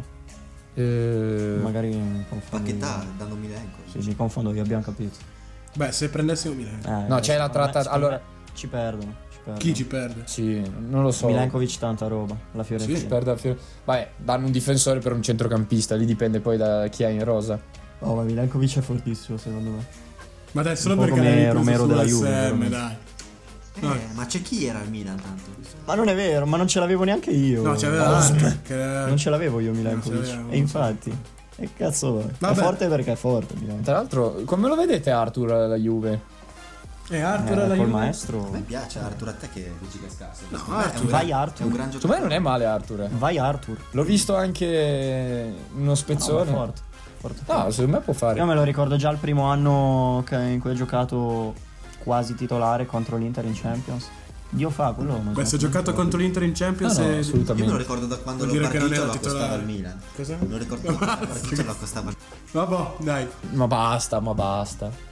Magari mi confondo. Paquetà, danno Milenko. Sì, mi confondo io, abbiamo capito. Beh, se prendessimo Milan. No, c'è la tratta. Allora, ci perdono. Chi ci perde? sì, non lo so. Milenkovic tanta roba, la Fiorentina. Sì, perde la Vabbè, danno un difensore per un centrocampista, lì dipende poi da chi ha in rosa. Oh, ma Milenkovic è fortissimo secondo me. Ma dai, solo Un po' perché come l'hai preso Romero su della SM, Juve, veramente. dai. Ma c'è chi era il Milan tanto? Ma non è vero, ma non ce l'avevo neanche io. No, c'aveva Arthur, che Non ce l'avevo io Milenkovic. Non ce l'avevo. E infatti. E cazzo vuoi? È Vabbè. forte perché è forte Milenkovic. Tra l'altro, come lo vedete Arthur alla Juve? Arthur alla Col Juve. maestro. A me piace Arthur, a te che dici che è scarso. No, Secondo me Arthur. Vai È Arthur. un gran Secondo me giocatore. non è male Arthur. Vai Arthur. L'ho visto anche in uno No, spezzone. ma è forte. No, secondo me può fare. Io me lo ricordo già il primo anno in cui ho giocato quasi titolare contro l'Inter in Champions. Dio fa quello. Beh, se ho giocato contro l'Inter in Champions No, e... Io me lo assolutamente. ricordo da quando Vuol l'ho dire che non partito era lo accostava titolare. il Milan. Cosa? Me lo ricordo da quando l'ho partito lo accostava il Vabbè, dai. Ma basta.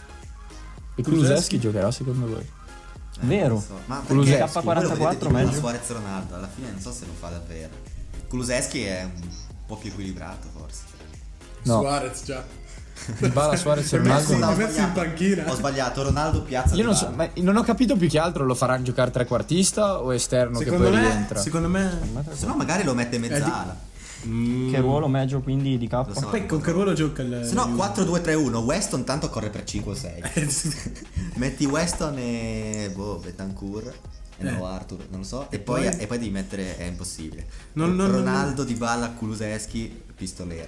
E Kulusevski giocherà secondo voi? Vero. non so. Ma Kulusevski. perché voi lo vedete K44 tipo meglio. Suarez Ronaldo, alla fine non so se lo fa davvero. Kulusevski è un po' più equilibrato forse. No. Suarez già. Dybala, Suarez e E Messi- Ronaldo. Messi in panchina. Ho sbagliato, Ronaldo piazza Io non so, Dybala. ma non ho capito più che altro lo faranno giocare trequartista o esterno che poi rientra. Secondo me... Se no magari lo mette mezzala. Che ruolo meglio quindi di K? Lo so. Poi con che ruolo gioca il... Se no 4-2-3-1, Weston tanto corre per 5 o 6. Metti Weston e Betancourt e no Arthur, non lo so. E poi devi mettere, è impossibile. Ronaldo, Dybala, Kulusevski, pistolero.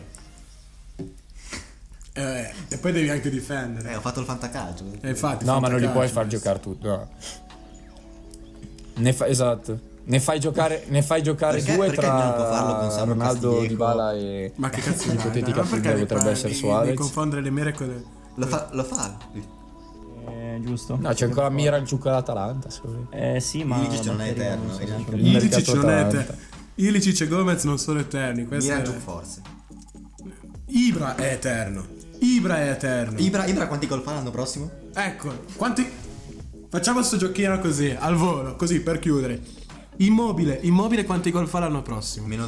E poi devi anche difendere. Ho fatto il fantacalcio. Infatti, No, ma non li puoi fantacalcio, far Messi. giocare tutti. No. Esatto. Ne fai giocare Perché- due perché non può farlo con tra Samu Ronaldo, Castillejo? Dybala e Ma che cazzo di ipotetica ma perché figlia potrebbe essere di Suarez. confondere le mere con le... Lo fa. Giusto. No, c'è ancora Miranchuk all'Atalanta. se vuoi. Sì, ma Ilicic non è batteria eterno, non so è se anche ce lui. l'ha. Ilicic mercato non è Atalanta. Ilicic e Gomez non sono eterni. Questo è... Miranchuk forse. Ibra è eterno. Ibra è eterno. Ibra quanti gol fa l'anno prossimo? Ecco, quanti... Facciamo sto giochino così, al volo, così per chiudere. Immobile quanti gol fa l'anno prossimo? -2.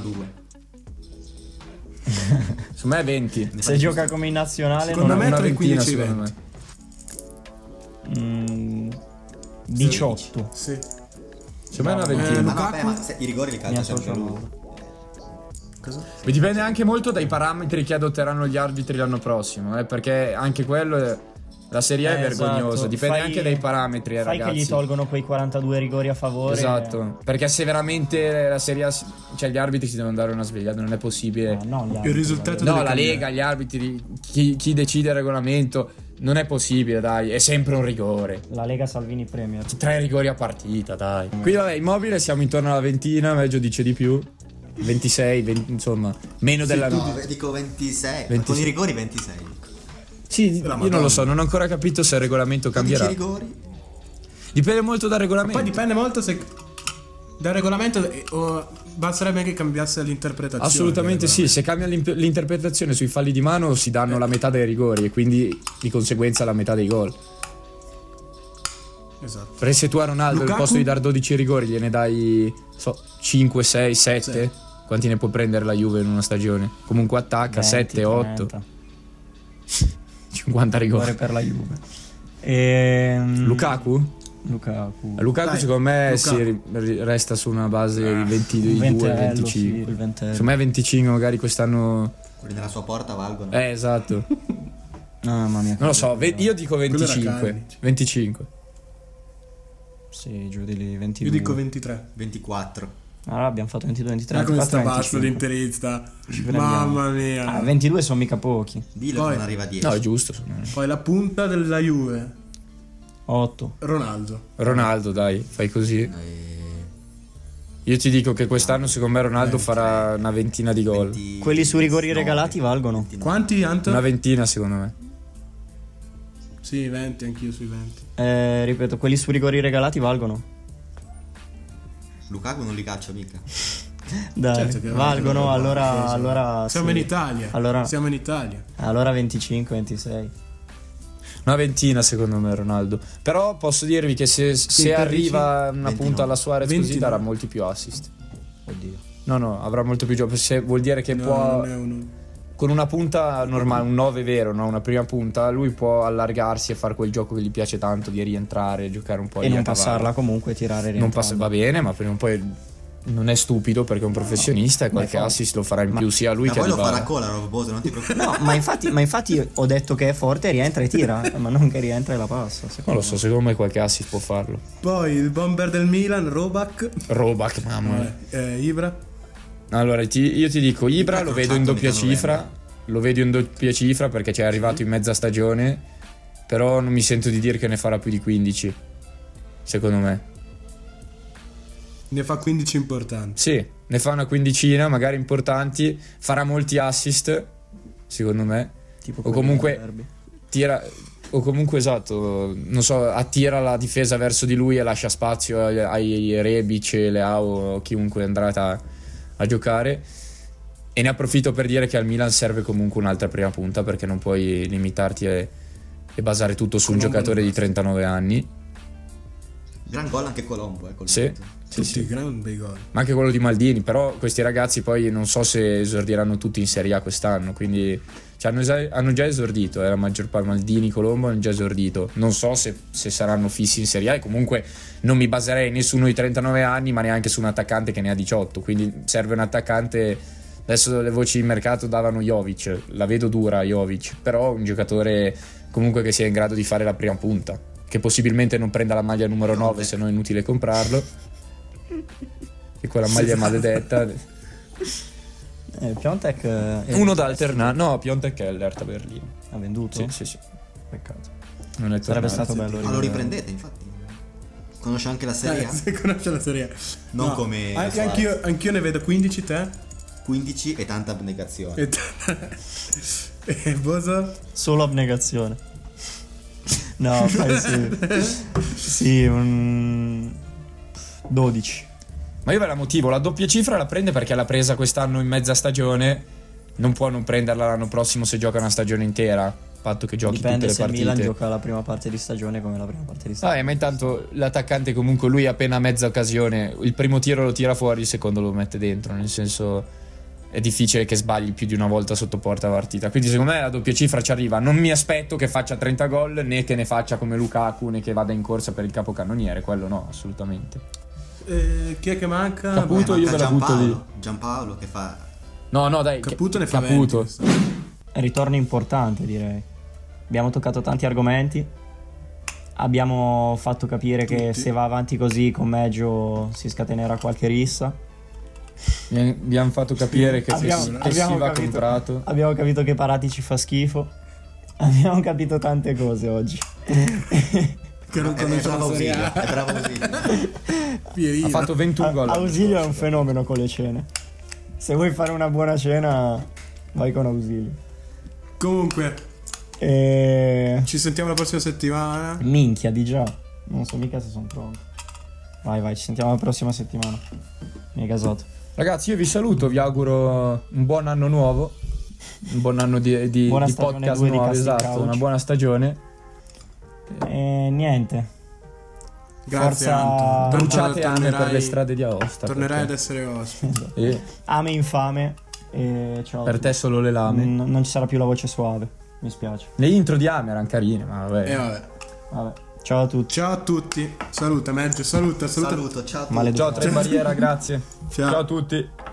Secondo me è 20. Se gioca come in nazionale Secondo non me Una tra i ventina 15 e secondo 20. me. 18. Sì. Secondo me è una ventina. Ma Lukaku? no, ma i rigori li Mi calcia associo sempre a lui. Mauro. Cosa? E dipende anche molto dai parametri che adotteranno gli arbitri l'anno prossimo, perché anche quello la Serie A è vergognosa, esatto. dipende anche dai parametri, Fai ragazzi. che gli tolgono quei 42 rigori a favore. Esatto, perché se veramente la Serie A, cioè gli arbitri si devono dare una svegliata, non è possibile. No, Il risultato No, deve la cambiare. Lega, gli arbitri, chi decide il regolamento, non è possibile, dai, è sempre un rigore. La Lega Salvini Premier. 3 rigori a partita, dai. Quindi vabbè, Immobile siamo intorno alla ventina, Meggio dice di più. 26, 20, insomma, meno della No, dico 26. 26. Con i rigori 26. Sì, io non lo so, non ho ancora capito se il regolamento 12 cambierà. rigori. Dipende molto dal regolamento. Poi dipende molto se... dal regolamento basterebbe anche cambiasse l'interpretazione. Assolutamente sì, se cambia l'interpretazione sui falli di mano si danno la metà dei rigori e quindi di conseguenza la metà dei gol. Esatto. Perché se tu a Ronaldo Lukaku? al posto di dar 12 rigori gliene dai 5, 6, 7, quanti ne può prendere la Juve in una stagione? Comunque attacca 20, 7, 8, 30. 50 rigori. Per la Juve. Lukaku? Lukaku. Lukaku secondo me Lukaku. resta su una base di 22, Ventello, 25. sì, il ventello. Secondo me 25 magari quest'anno. Quelli nella sua porta valgono. Esatto. Mamma mia. Non lo so, io dico era 25. Kalinic. 25. Sì, giù di lì, 22. Io dico 23. 24. Allora abbiamo fatto 22, 23. Ah, come sta 24, basso 25. l'interista. Ci prendiamo. Mamma mia. Ah, 22 sono mica pochi. Dillo Poi- che non arriva a 10. No, è giusto. secondo me. Poi la punta della Juve. 8. Ronaldo. Ronaldo, dai, fai così. Io ti dico che quest'anno secondo me Ronaldo farà una ventina di gol. 20, Quelli su rigori 19, regalati valgono. 29. Quanti, Anto? Una ventina secondo me. Sì, 20, anch'io sui 20. Ripeto, quelli su rigori regalati valgono. Lukaku non li caccia mica. Dai, Certo che valgono, allora Siamo sì. in Italia. Allora- Siamo in Italia. Allora 25, 26. Una ventina secondo me Ronaldo. Però posso dirvi che se Quinta arriva una 29. punta alla Suarez così 29. darà molti più assist. Oddio. No, avrà molto più gioco. Se vuol dire che No, può. non è uno. Con una punta normale, un 9 vero, no? Una prima punta, lui può allargarsi e fare quel gioco che gli piace tanto di rientrare, giocare un po' E lì non a cavallo. passarla comunque, tirare Non passa, va bene, ma prima o poi non è stupido perché è un professionista e qualche assist lo farà in più sia lui Ma che a poi lo Dybala. farà Kolarov, Roboso, non ti preoccupare. No, ma infatti ho detto che è forte, rientra e tira, ma non che rientra e la passa. Non lo so, secondo me qualche assist può farlo. Poi il bomber del Milan, Roback. Roback, mamma mia. Ibra. Allora, io ti dico, Ibra lo vedo in doppia Crociato metà cifra. Lo vedo in doppia cifra perché ci è arrivato in mezza stagione. Però non mi sento di dire che ne farà più di 15. Secondo me. Ne fa 15 importanti. Sì, ne fa una quindicina, magari importanti. Farà molti assist, secondo me. Tipo O comunque tira. O comunque esatto, non so, attira la difesa verso di lui e lascia spazio ai Rebic, Leao, chiunque andrà a giocare. E ne approfitto per dire che al Milan serve comunque un'altra prima punta perché non puoi limitarti e basare tutto su un Colombo giocatore non di 39 anni. Gran gol anche Colombo, col Sì, Milan. sì, Tutti sì. gran bei gol. Ma anche quello di Maldini, però questi ragazzi poi non so se esordiranno tutti in Serie A quest'anno, quindi cioè, hanno già esordito, la maggior parte, Maldini, Colombo hanno già esordito. Non so se saranno fissi in Serie A e comunque non mi baserei né su uno di 39 anni ma neanche su un attaccante che ne ha 18, quindi serve un attaccante. Adesso le voci di mercato davano Jovic, la vedo dura Jovic, però un giocatore comunque che sia in grado di fare la prima punta, che possibilmente non prenda la maglia numero 9, se no è inutile comprarlo. E quella maglia è maledetta. Piontek Uno da alternare. No, Piontek è all'Hertha Berlino. ha venduto? Sì. Peccato. Non è Sarebbe tornato. stato bello. Ma lo riprendete, infatti. Conosce anche la Serie A? Se conosce la Serie A. Non come Anch'io ne vedo 15, te? 15 e tanta abnegazione. E Boso? Solo abnegazione. No, fai sì, un 12. Ma io ve la motivo, la doppia cifra la prende perché l'ha presa quest'anno in mezza stagione. Non può non prenderla l'anno prossimo se gioca una stagione intera. Fatto che giochi Dipende tutte le se il partite. Milan gioca la prima parte di stagione come la prima parte di stagione. Ma intanto l'attaccante comunque lui appena mezza occasione, il primo tiro lo tira fuori, il secondo lo mette dentro, nel senso è difficile che sbagli più di una volta sotto porta la partita. Quindi secondo me la doppia cifra ci arriva. Non mi aspetto che faccia 30 gol, né che ne faccia come Lukaku, né che vada in corsa per il capocannoniere, quello no, assolutamente. Chi è che manca? Caputo, io ve la butto lì. Giampaolo che fa... No, dai, Caputo ne fa Caputo. 20. Ritorno importante, direi. Abbiamo toccato tanti argomenti. Abbiamo fatto capire che se va avanti così con Meggio si scatenerà qualche rissa. Abbiamo fatto capire che Abbiamo si va capito. comprato. Abbiamo capito che Parati ci fa schifo. Abbiamo capito tante cose oggi. Che non È conosce bravo la Serie Ausilio, A. è bravo Ausilio. Pierino. Ha fatto 21 gol. Ausilio è un fenomeno con le cene. Se vuoi fare una buona cena, vai con Ausilio. Comunque, ci sentiamo la prossima settimana. Minchia, di già. Non so mica se sono pronto. Vai, ci sentiamo la prossima settimana. Mi hai gasato. Ragazzi, io vi saluto, vi auguro un buon anno nuovo, un buon anno di podcast nuovo, esatto, una buona stagione. E niente. Grazie, Forza... Bruciate Ame per le strade di Aosta. Tornerai ad essere ospite. Ame infame. E ciao. Per te solo le lame. Non ci sarà più la voce suave. Mi spiace. Le intro di Ame erano carine, ma vabbè. Vabbè. Ciao a tutti. Ciao a tutti. Saluta, Megge. Saluta. Saluto, ciao a tutti. Ciao, Tre Barriera, grazie. Ciao a tutti.